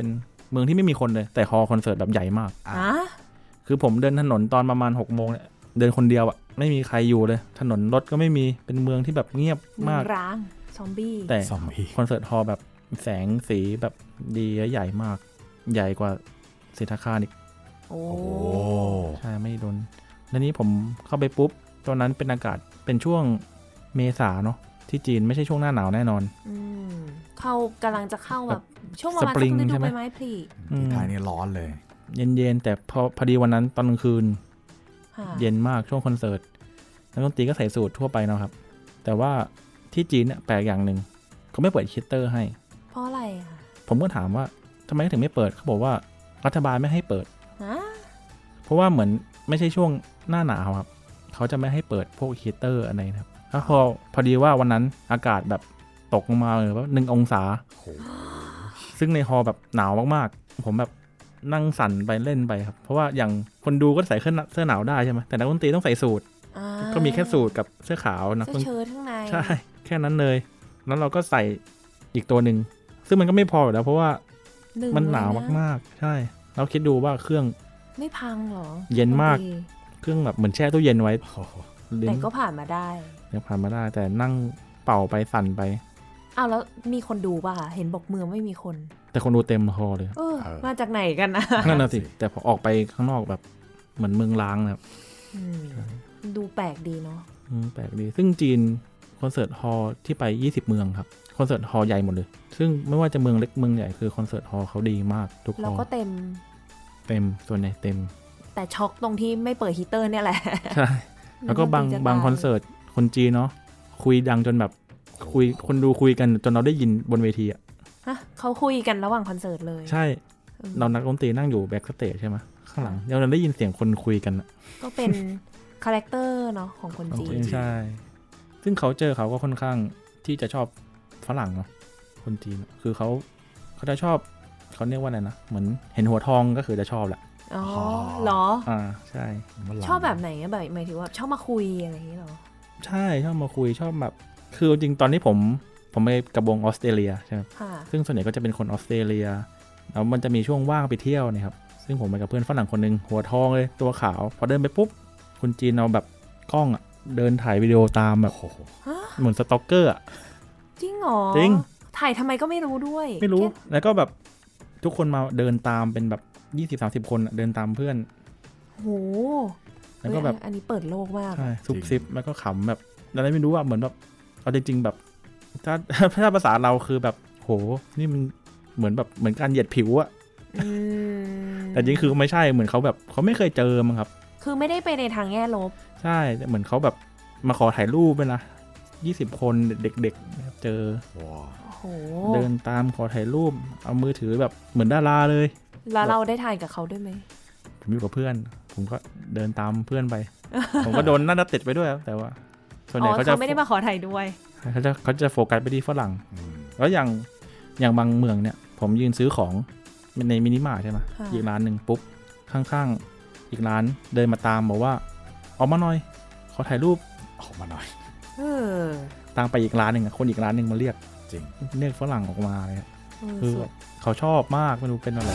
Speaker 3: เมืองที่ไม่มีคนเลยแต่ฮอลล์คอนเสิร์ตแบบใหญ่มากคือผมเดินถนนตอนประมาณ 6 โมงเนี่ยเดินคนเดียวอ่ะไม่มีใครอยู่เลยถนนรถก็ไม่มีเป็นเมืองที่แบบเงียบมาก
Speaker 2: ร้างซอมบี้
Speaker 3: แต่คอนเสิร์ตฮอลล์แบบแสงสีแบบดีใหญ่มากใหญ่กว่าเซนทรัลคาร์อีก
Speaker 2: โอ้
Speaker 3: ใช่ไม่โดนแล้วนี้ผมเข้าไปปุ๊บตอนนั้นเป็นอากาศเป็นช่วงเมษาเนาะที่จีนไม่ใช่ช่วงหน้าหนาวแน่นอน
Speaker 2: เข้ากำลังจะเข้าแบบช่วงประมาณฤดูใบไม้ผลิ
Speaker 1: ที่ไทยนี่ร้อนเลย
Speaker 3: เย็นๆแต่พอดีวันนั้นตอนกลางคืนเย็นมากช่วงคอนเสิร์ตนักดนตรีก็ใส่สูททั่วไปเนาะครับแต่ว่าที่จีนเนี่ยแปลกอย่างหนึ่งเขาไม่เปิดฮีตเตอร์ให้
Speaker 2: เพราะอะไรอ่ะ
Speaker 3: ผมก็ถามว่าทำไมถึงไม่เปิดเขาบอกว่ารัฐบาลไม่ให้เปิดเพราะว่าเหมือนไม่ใช่ช่วงหน้าหนาวครับเขาจะไม่ให้เปิดพวกฮีตเตอร์อะไรนะครับแล้วพอดีว่าวันนั้นอากาศแบบตกลงมาเลยว่า1 องศาซึ่งในฮอลแบบหนาวมากๆผมแบบนั่งสั่นไปเล่นไปครับเพราะว่าอย่างคนดูก็ใส่เสื้อหนาวได้ใช่ไหมแต่นักดนตรีต้องใส่สูทก็มีแค่สูทกับเสื้อขาวนะ
Speaker 2: เสื้อเชิ้ตข้างใน
Speaker 3: ใช่แค่นั้นเลยแล้วเราก็ใส่อีกตัวหนึ่งซึ่งมันก็ไม่พออยู่แล้วเพราะว่ามันหนาวมากๆใช่เราคิดดูว่าเครื่อง
Speaker 2: ไม่พังหรอ
Speaker 3: เย็นมากเครื่องแบบเหมือนแช่ตู้เย็นไว้
Speaker 2: แต่ก็ผ่านมาได้
Speaker 3: ยังผ่านมาได้แต่นั่งเป่าไปสั่นไป
Speaker 2: อ้าวแล้วมีคนดูป่ะเห็นบอกเมืองไม่มีคน
Speaker 3: แต่คนดูเต็มฮอลเลย
Speaker 2: มาจากไหนกันนะ
Speaker 3: นั่นน่ะสิแต่พอออกไปข้างนอกแบบเหมือนเมืองล้างนะครับ
Speaker 2: ดูแปลกดีเนาะ
Speaker 3: แปลกดีซึ่งจีนคอนเสิร์ตฮอลที่ไป20 เมืองครับคอนเสิร์ตฮอลใหญ่หมดเลยซึ่งไม่ว่าจะเมืองเล็กเมืองใหญ่คือคอนเสิร์ตฮอลเขาดีมากทุกฮอล
Speaker 2: แล้วก็เต็ม
Speaker 3: ส่วนใหญ่เต็ม
Speaker 2: แต่ช็อกตรงที่ไม่เปิดฮีเตอร์เนี่ยแหละ
Speaker 3: ใช่แล้วก็บางคอนเสิร์ตคนจีนเนาะคุยดังจนแบบคนดูคุยกันจนเราได้ยินบนเวทีอะ
Speaker 2: เขาคุยกันระหว่างคอนเสิร์ตเลย
Speaker 3: ใช่เรานักดนตรีนั่งอยู่แบ็คสเตจใช่ไหมข้างหลังเราได้ยินเสียงคนคุยกัน
Speaker 2: ก็เป็นคาแรคเตอร์เนาะของคนจีน
Speaker 3: ใช่ซึ่งเขาก็ค่อนข้างที่จะชอบฝรั่งเนาะคนจีนคือเขาจะชอบเขาเรียกว่าอะไรนะเหมือนเห็นหัวทองก็คือจะชอบแหละ
Speaker 2: อ๋อเหรอ
Speaker 3: ใช่
Speaker 2: ชอบแบบไหนแบบหมายถึงว่าชอบมาคุยอะไรอย่างนี้หรอ
Speaker 3: ใช่ชอบมาคุยชอบแบบคือจริงตอนนี้ผมไปกับวงออสเตรเลียใช่ไหมซึ่งส่วนใหญ่ก็จะเป็นคนออสเตรเลียแล้วมันจะมีช่วงว่างไปเที่ยวนะครับซึ่งผมไปกับเพื่อนฝรั่งคนนึงหัวทองเลยตัวขาวพอเดินไปปุ๊บคนจีนเอาแบบกล้องอ่ะเดินถ่ายวิดีโอตามแบบเหมือนสต็อกเกอร์อ่ะ
Speaker 2: จริงเหรอ
Speaker 3: จริง
Speaker 2: ถ่ายทำไมก็ไม่รู้ด้วย
Speaker 3: ไม่รู้แล้วก็แบบทุกคนมาเดินตามเป็นแบบ 20-30 คนเดินตามเพื่อน
Speaker 2: โห
Speaker 3: แล้วก็แบบ
Speaker 2: อันนี้เปิดโลกมาก
Speaker 3: ใช่ซุบซิบแล้วก็ขำแบบอะไรไม่รู้อ่ะเหมือนแบบเอาจริงๆแบบถ้าภาษาเราคือแบบโหนี่มันเหมือนการเหยียดผิวอะแต่จริงคือไม่ใช่เหมือนเขาแบบเขาไม่เคยเจอมั้งครับ
Speaker 2: คือไม่ได้ไปในทางแง่ลบ
Speaker 3: ใช่เหมือนเขาแบบมาขอถ่ายรูปไปนะ20 คนเด็กๆเจอเดินตามขอถ่ายรูปเอามือถือแบบเหมือนดาราเลย
Speaker 2: แล้วเราได้ถ่ายกับเขาด้วยไหม
Speaker 3: ผมอยู่กับเพื่อนผมก็เดินตามเพื่อนไป ผมก็โดนหน้าติดไปด้วยแต่ว่า
Speaker 2: ส่วนใหญ่เขาไม่ได้มาขอถ่ายด้วย
Speaker 3: เขาจะโฟกัสไปที่ฝรั่งแล้วอย่างบางเมืองเนี่ยผมยืนซื้อของในมินิมาร์ทใช่ไหมอีกร้านหนึ่งปุ๊บข้างๆอีกร้านเดินมาตามบอกว่าออกมาหน่อยขอถ่ายรูป
Speaker 1: ออกมาหน่อย
Speaker 3: ตามไปอีกร้านหนึ่งคนอีกร้านหนึ่งมาเรียก
Speaker 1: จริง
Speaker 3: เรียกฝรั่งออกมาเลยคือเขาชอบมากไม่รู้เป็นอะไร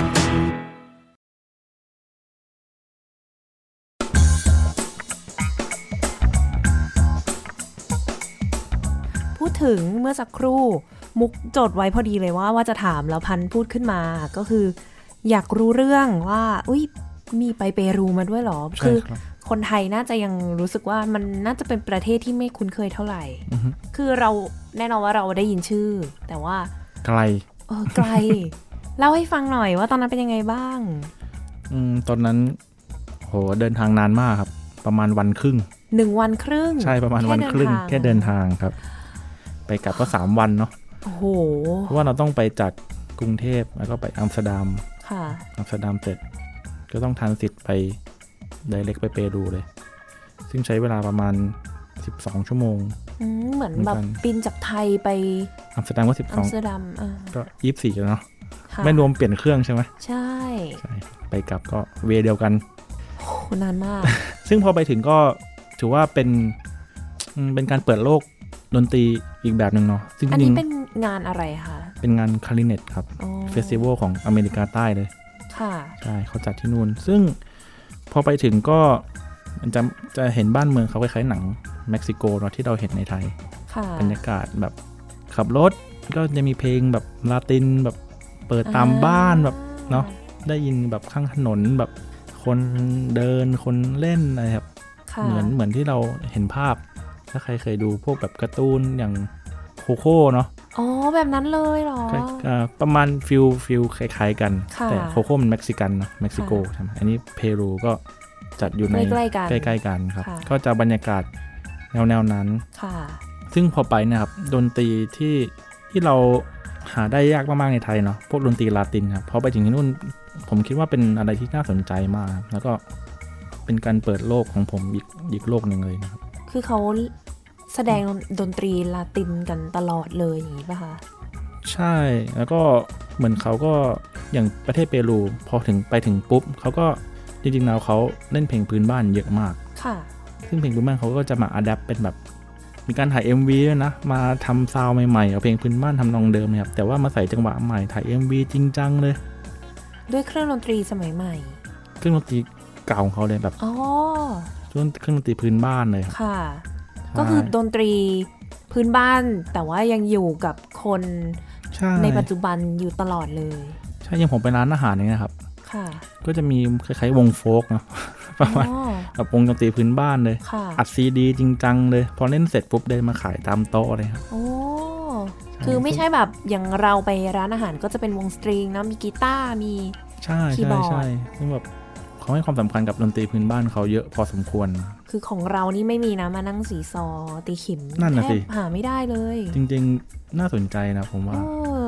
Speaker 2: พูดถึงเมื่อสักครู่มุกจดไว้พอดีเลยว่าจะถามแล้วพันพูดขึ้นมาก็คืออยากรู้เรื่องว่าอุ้ยมีไปเปรูมาด้วยหรอคือคนไทยน่าจะยังรู้สึกว่ามันน่าจะเป็นประเทศที่ไม่คุ้นเคยเท่าไหร่คือเราแน่นอนว่าเราได้ยินชื่อแต่ว่า
Speaker 3: ไกล
Speaker 2: ไกลเล่าให้ฟังหน่อยว่าตอนนั้นเป็นยังไงบ้าง
Speaker 3: ตอนนั้นโหเดินทางนานมากครับประมาณวันครึ่ง
Speaker 2: 1 วันครึ่ง
Speaker 3: ใช่ประมาณวันครึ่งแค่เดินทางครับไปกลับก็3 วันเนาะ
Speaker 2: โอ้โห
Speaker 3: เพราะว่าเราต้องไปจากกรุงเทพแล้วก็ไปอัมสเตอร์ดัม
Speaker 2: ค่ะ
Speaker 3: อัมสเตอร์ดัมเสร็จก็ต้องทรานสิตไปไดเรกไปเปรูเลยซึ่งใช้เวลาประมาณ12 ชั่วโมง
Speaker 2: เหมือนแบบบินจากไทยไป
Speaker 3: อัมสเตอร์ดัมก็12
Speaker 2: อัมสเตอร์ดัม
Speaker 3: ก็24แล้วเนาะไม่รวมเปลี่ยนเครื่องใช่ไหม
Speaker 2: ใช่
Speaker 3: ไปกลับก็เวเดียวกัน
Speaker 2: นานมาก
Speaker 3: ซึ่งพอไปถึงก็ถือว่าเป็นการเปิดโลกดนตรีอีกแบบนึงเนาะ
Speaker 2: อันนี้เป็นงานอะไรคะ
Speaker 3: เป็นงานคลาริเนตครับเฟสติวัลของอเมริกาใต้เลย
Speaker 2: ค่ะ
Speaker 3: ใช่เขาจัดที่นู่นซึ่งพอไปถึงก็มันจะเห็นบ้านเมืองเขาคล้ายๆหนังเม็กซิโกเนาะที่เราเห็นในไทยบรรยากาศแบบขับรถก็จะมีเพลงแบบลาตินแบบเปิดตามบ้านแบบเนาะได้ยินแบบข้างถนนแบบคนเดินคนเล่นอะไรครับเหมือนที่เราเห็นภาพถ้าใครเคยดูพวกแบบการ์ตูนอย่างโคโค่เนาะ
Speaker 2: อ๋อแบบนั้นเลยเหรอ
Speaker 3: ประมาณฟิลคล้ายๆกันแต่โคโค่มันเม็กซิกันนะเม็กซิโกใช่ไหมอันนี้เปรูก็จัดอยู่ในใกล้ๆกันครับก็จะบรรยากาศแนวนั้นซึ่งพอไปนะครับดนตรีที่เราหาได้ยากมากๆในไทยเนาะพวกดนตรีลาตินครับพอไปถึงที่นู่นผมคิดว่าเป็นอะไรที่น่าสนใจมากแล้วก็เป็นการเปิดโลกของผมอีกโลกหนึ่งเลยนะครับ
Speaker 2: คือเขาแสดงดนตรีลาตินกันตลอดเลยอย่างนี้ป่ะคะ
Speaker 3: ใช่แล้วก็เหมือนเขาก็อย่างประเทศเปรูพอไปถึงปุ๊บเขาก็จริงๆแล้วเขาเล่นเพลงพื้นบ้านเยอะมาก
Speaker 2: ค่ะ
Speaker 3: ซึ่งเพลงพื้นบ้านเขาก็จะมาอัดแอปเป็นแบบมีการถ่าย MV ด้วยนะมาทำซาวด์ใหม่ๆเอาเพลงพื้นบ้านทำนองเดิมครับแต่ว่ามาใส่จังหวะใหม่ถ่าย MV จริงจังเลย
Speaker 2: ด้วยเครื่องดนตรีสมัยใหม่
Speaker 3: เครื่องดนตรีเก่าของเขาเลยแบบเครื่องดนตรีพื้นบ้านเลย
Speaker 2: ค่ะก็คือดนตรีพื้นบ้านแต่ว่ายังอยู่กับคนในปัจจุบันอยู่ตลอดเลย
Speaker 3: ใช่ยังผมไปร้านอาหารนี่นะครับ
Speaker 2: ค่ะ
Speaker 3: ก็จะมีคล้ายๆวงโฟล์กเนาะประมาณแบบวงดนตรีพื้นบ้านเลยอัดซีดีจริงจังเลยพอเล่นเสร็จปุ๊บเดินมาขายตามโต๊ะเลยครับ
Speaker 2: โอ้คือไม่ใช่แบบอย่างเราไปร้านอาหารก็จะเป็นวงสตริงนะมีกีตาร์มีคีย์บอร์ด
Speaker 3: ซึ่งแบบเขาให้ความสำคัญกับดนตรีพื้นบ้านเขาเยอะพอสมควร
Speaker 2: คือของเรานี่ไม่มีนะมานั่งสีซอตีขิม
Speaker 3: นั่นน่ะสิ
Speaker 2: หาไม่ได้เลย
Speaker 3: จริงๆน่าสนใจนะผมว่า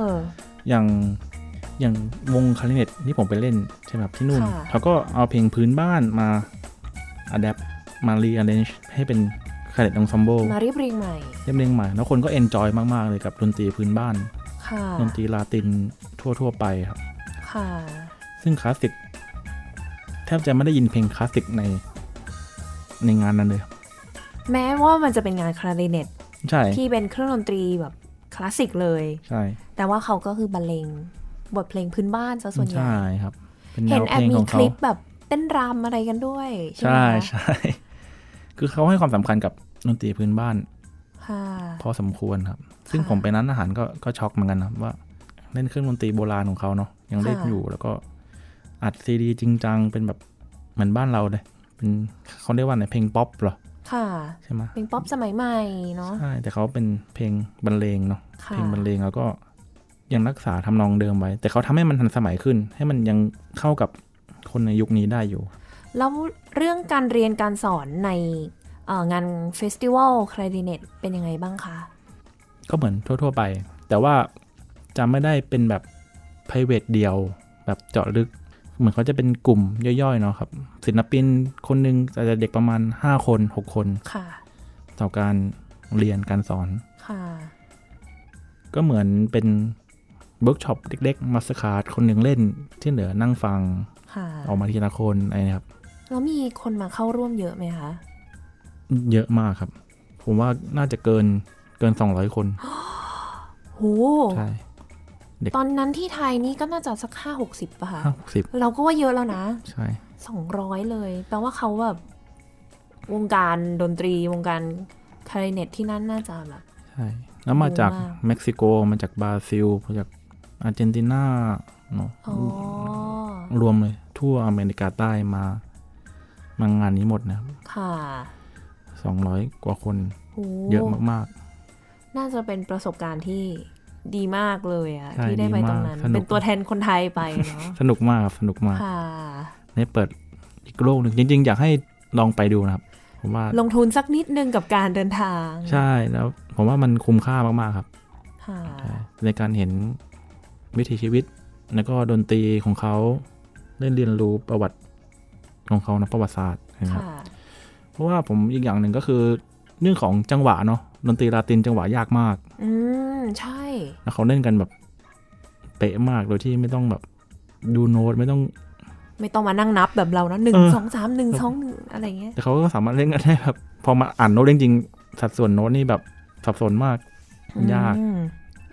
Speaker 3: อย่างวงคลาริเนตที่ผมไปเล่นใช่ไหมครับที่นู่นเขาก็เอาเพลงพื้นบ้านมาอัดแอปมารีอาร์เรนจ์ให้เป็นคลาริเนตองซัมโบ
Speaker 2: มาเรียบเรียงใหม่
Speaker 3: แล้วคนก็เอนจอยมากๆเลยกับดนตรีพื้นบ้านดนตรีลาตินทั่วไปครับซึ่งคลาสสิกแทบจะไม่ได้ยินเพลงคลาสสิกในงานนั้นเลย
Speaker 2: แม้ว่ามันจะเป็นงานคลาริเนต
Speaker 3: ใช่
Speaker 2: ที่เป็นเครื่องดนตรีแบบคลาสสิกเลย
Speaker 3: ใช่
Speaker 2: แต่ว่าเขาก็คือบรรเลงบทเพลงพื้นบ้านซะส่วนใหญ่
Speaker 3: ใช่ครับ
Speaker 2: เห็นแอบมีคลิปแบบเต้นรำอะไรกันด้วย
Speaker 3: ใช่ใช่คือเขาให้ความสำคัญกับดนตรีพื้นบ้านพอสมควรครับซึ่งผมไปนั้นอาหารก็ช็อกเหมือนกันนะว่าเล่นเครื่องดนตรีโบราณของเขาเนาะยังเล่นอยู่แล้วก็อัดซีดีจริงจังเป็นแบบเหมือนบ้านเราเลยเป็นเขาเรียกว่าไหนเพลงป๊อปเหรอ
Speaker 2: ค่ะ
Speaker 3: ใช่ไหม
Speaker 2: เพลงป๊อปสมัยใหม่เนาะ
Speaker 3: ใช่แต่เขาเป็นเพลงบรรเลงเนาะเพลงบรรเลงแล้วก็ยังรักษาทำนองเดิมไว้แต่เขาทำให้มันทันสมัยขึ้นให้มันยังเข้ากับคนในยุคนี้ได้อยู่
Speaker 2: แล้วเรื่องการเรียนการสอนในงานเฟสติวัลคลาริเนตเป็นยังไงบ้างคะ
Speaker 3: ก็เหมือนทั่วๆไปแต่ว่าจะไม่ได้เป็นแบบ private เดียวแบบเจาะลึกเหมือนเขาจะเป็นกลุ่มย่อยๆเนาะครับศิลปินคนนึงอาจจะเด็กประมาณ5คน6คนต่อการเรียนการสอนก็เหมือนเป็นเวิร์กช็อปเล็กๆมาสคาร์ดคนหนึ่งเล่นที่เหลือนั่งฟังออกมาทีละคนอะไรนะครับ
Speaker 2: แล้วมีคนมาเข้าร่วมเยอะไหมคะ
Speaker 3: เยอะมากครับผมว่าน่าจะเกิน200คน
Speaker 2: โห
Speaker 3: ใช่
Speaker 2: ตอนนั้นที่ไทยนี่ก็น่าจะสัก50-60ป่ะคะ
Speaker 3: 50
Speaker 2: เราก็ว่าเยอะแล้วนะ
Speaker 3: ใช่
Speaker 2: 200เลยแปลว่าเขาแบบวงการดนตรีวงการคลาริเนตที่นั่นน่าจะแบบ
Speaker 3: ใช่แล้วมาจากเม็กซิโกมาจากบราซิลมาจากอาร์เจนตินาเนาะรวมเลยทั่วอเมริกาใต้มางานนี้หมดนะ
Speaker 2: ค่ะ
Speaker 3: 200กว่าคนเยอะมาก
Speaker 2: ๆน่าจะเป็นประสบการณ์ที่ดีมากเลยอะที่ได้ไปตรงนั้นเป็นตัวแทนคนไทยไปเนาะ
Speaker 3: สนุกมากสนุกมากนี่เปิดอีกโลกนึงจริงๆอยากให้ลองไปดูนะครับผมว่า
Speaker 2: ลงทุนสักนิดนึงกับการเดินทาง
Speaker 3: ใช่แล้วผมว่ามันคุ้มค่ามากๆครับในการเห็นวิถีชีวิตแล้วก็ดนตรีของเขาได้เรียนรู้ประวัติของเขานะประวัติศาสตร์นะครับเพราะว่าผมอีกอย่างหนึ่งก็คือเรื่องของจังหวะเนาะดนตรีลาตินจังหวะยากมาก
Speaker 2: ใช่
Speaker 3: แล้วเขาเล่นกันแบบเป๊ะมากโดยที่ไม่ต้องแบบดูโน้ตไม่ต้อง
Speaker 2: มานั่งนับแบบเรานะ1 2 3 1 2 1อะไรเงี้ย
Speaker 3: แต่เขาก็สามารถเล่นกันได้แบบพอมาอ่านโน้ตจริงๆสัดส่วนโน้ตนี่แบบสับสนมากยาก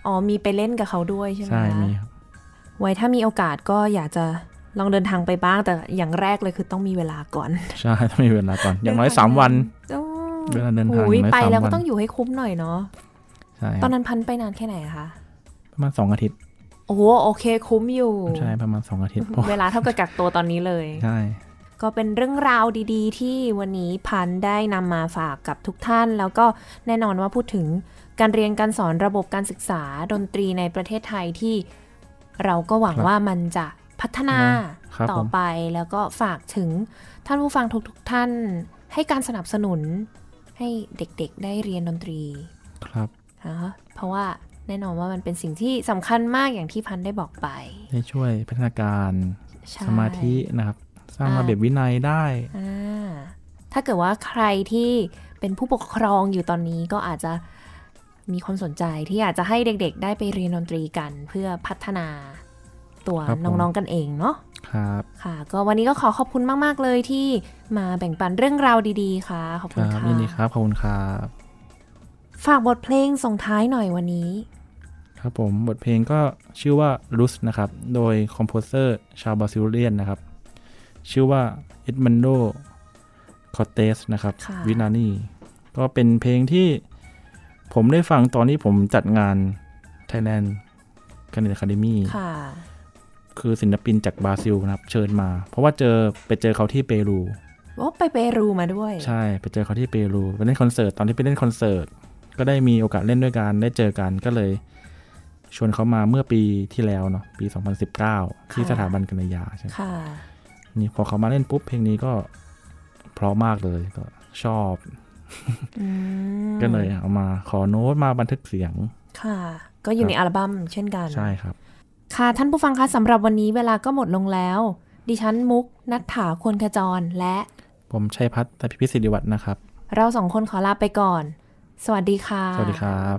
Speaker 2: อ๋อมีไปเล่นกับเขาด้วยใช่ไหม
Speaker 3: ใช่มีครับ
Speaker 2: ไว้ถ้ามีโอกาสก็อยากจะลองเดินทางไปบ้างแต่อย่างแรกเลยคือต้องมีเวลาก่อน
Speaker 3: ใช่ต้องมีเวลาก่อนอย่างน้อย3 วันเวลาเดินทาง
Speaker 2: ไปแล้วก็ต้องอยู่ให้คุ้มหน่อยเนาะ
Speaker 3: ใช่
Speaker 2: ตอนนั้นพันไปนานแค่ไหนคะ
Speaker 3: ประมาณ2 อาทิตย์
Speaker 2: โอ้โอเคคุ้มอยู่
Speaker 3: ใช่ประมาณ2 อาทิตย์
Speaker 2: เวลาเท่ากับกักตัวตอนนี้เลย
Speaker 3: ใช่
Speaker 2: ก็เป็นเรื่องราวดีๆที่วันนี้พันได้นำมาฝากกับทุกท่านแล้วก็แน่นอนว่าพูดถึงการเรียนการสอนระบบการศึกษาดนตรีในประเทศไทยที่เราก็หวังว่ามันจะพัฒนาต่อไปแล้วก็ฝากถึงท่านผู้ฟังทุกๆท่านให้การสนับสนุนให้เด็กๆได้เรียนดนตรี
Speaker 3: ครับ
Speaker 2: เพราะว่าแน่นอนว่ามันเป็นสิ่งที่สำคัญมากอย่างที่พันได้บอกไป
Speaker 3: ได้ช่วยพัฒนาการสมาธินะครับสร้างระเบียบวินัยได้
Speaker 2: ถ้าเกิดว่าใครที่เป็นผู้ปกครองอยู่ตอนนี้ก็อาจจะมีความสนใจที่อยากจะให้เด็กๆได้ไปเรียนดนตรีกันเพื่อพัฒนาตัวน้องๆกันเองเนาะ
Speaker 3: ครับ
Speaker 2: ค่ะก็วันนี้ก็ขอบคุณมากๆเลยที่มาแบ่งปันเรื่องราวดีๆค่ะขอบคุณค่ะ
Speaker 3: ยินดีครับขอบคุณครับ
Speaker 2: ฝากบทเพลงส่งท้ายหน่อยวันนี้
Speaker 3: ครับผมบทเพลงก็ชื่อว่า รุสนะครับโดยคอมโพเซอร์ชาวบราซิเลียนนะครับชื่อว่าเอ็ดมันโดคอเตสนะครับวินานีก็เป็นเพลงที่ผมได้ฟังตอนที่ผมจัดงาน Thailand Canadian Academy คือศิลปินจากบราซิลนะครับเชิญมาเพราะว่าไปเจอเขาที่เปรู
Speaker 2: ไปเปรูมาด้วย
Speaker 3: ใช่ไปเจอเขาที่เปรูไปเล่นคอนเสิร์ตตอนที่ไปเล่นคอนเสิร์ตก็ได้มีโอกาสเล่นด้วยกันได้เจอกันก็เลยชวนเขามาเมื่อปีที่แล้วเนาะปี2019ที่สถาบันกัญญาใช่นี่พอเขามาเล่นปุ๊บเพลงนี้ก็เพราะมากเลยก็ชอบก็เลยเอามาขอโน้ตมาบันทึกเสียง
Speaker 2: ค่ะก็อยู่ในอัลบั้มเช่นกัน
Speaker 3: ใช่ครับ
Speaker 2: ค่ะท่านผู้ฟังคะสำหรับวันนี้เวลาก็หมดลงแล้วดิฉันมุกณัฐฐา ควรขจรและ
Speaker 3: ผมชัยพัฒน์ พิพิธศิริวัฒน์นะครับ
Speaker 2: เรา2 คนขอลาไปก่อนสวัสดีค่ะ
Speaker 3: สวัสดีครับ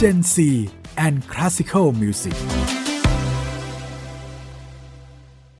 Speaker 1: Gen C and Classical Music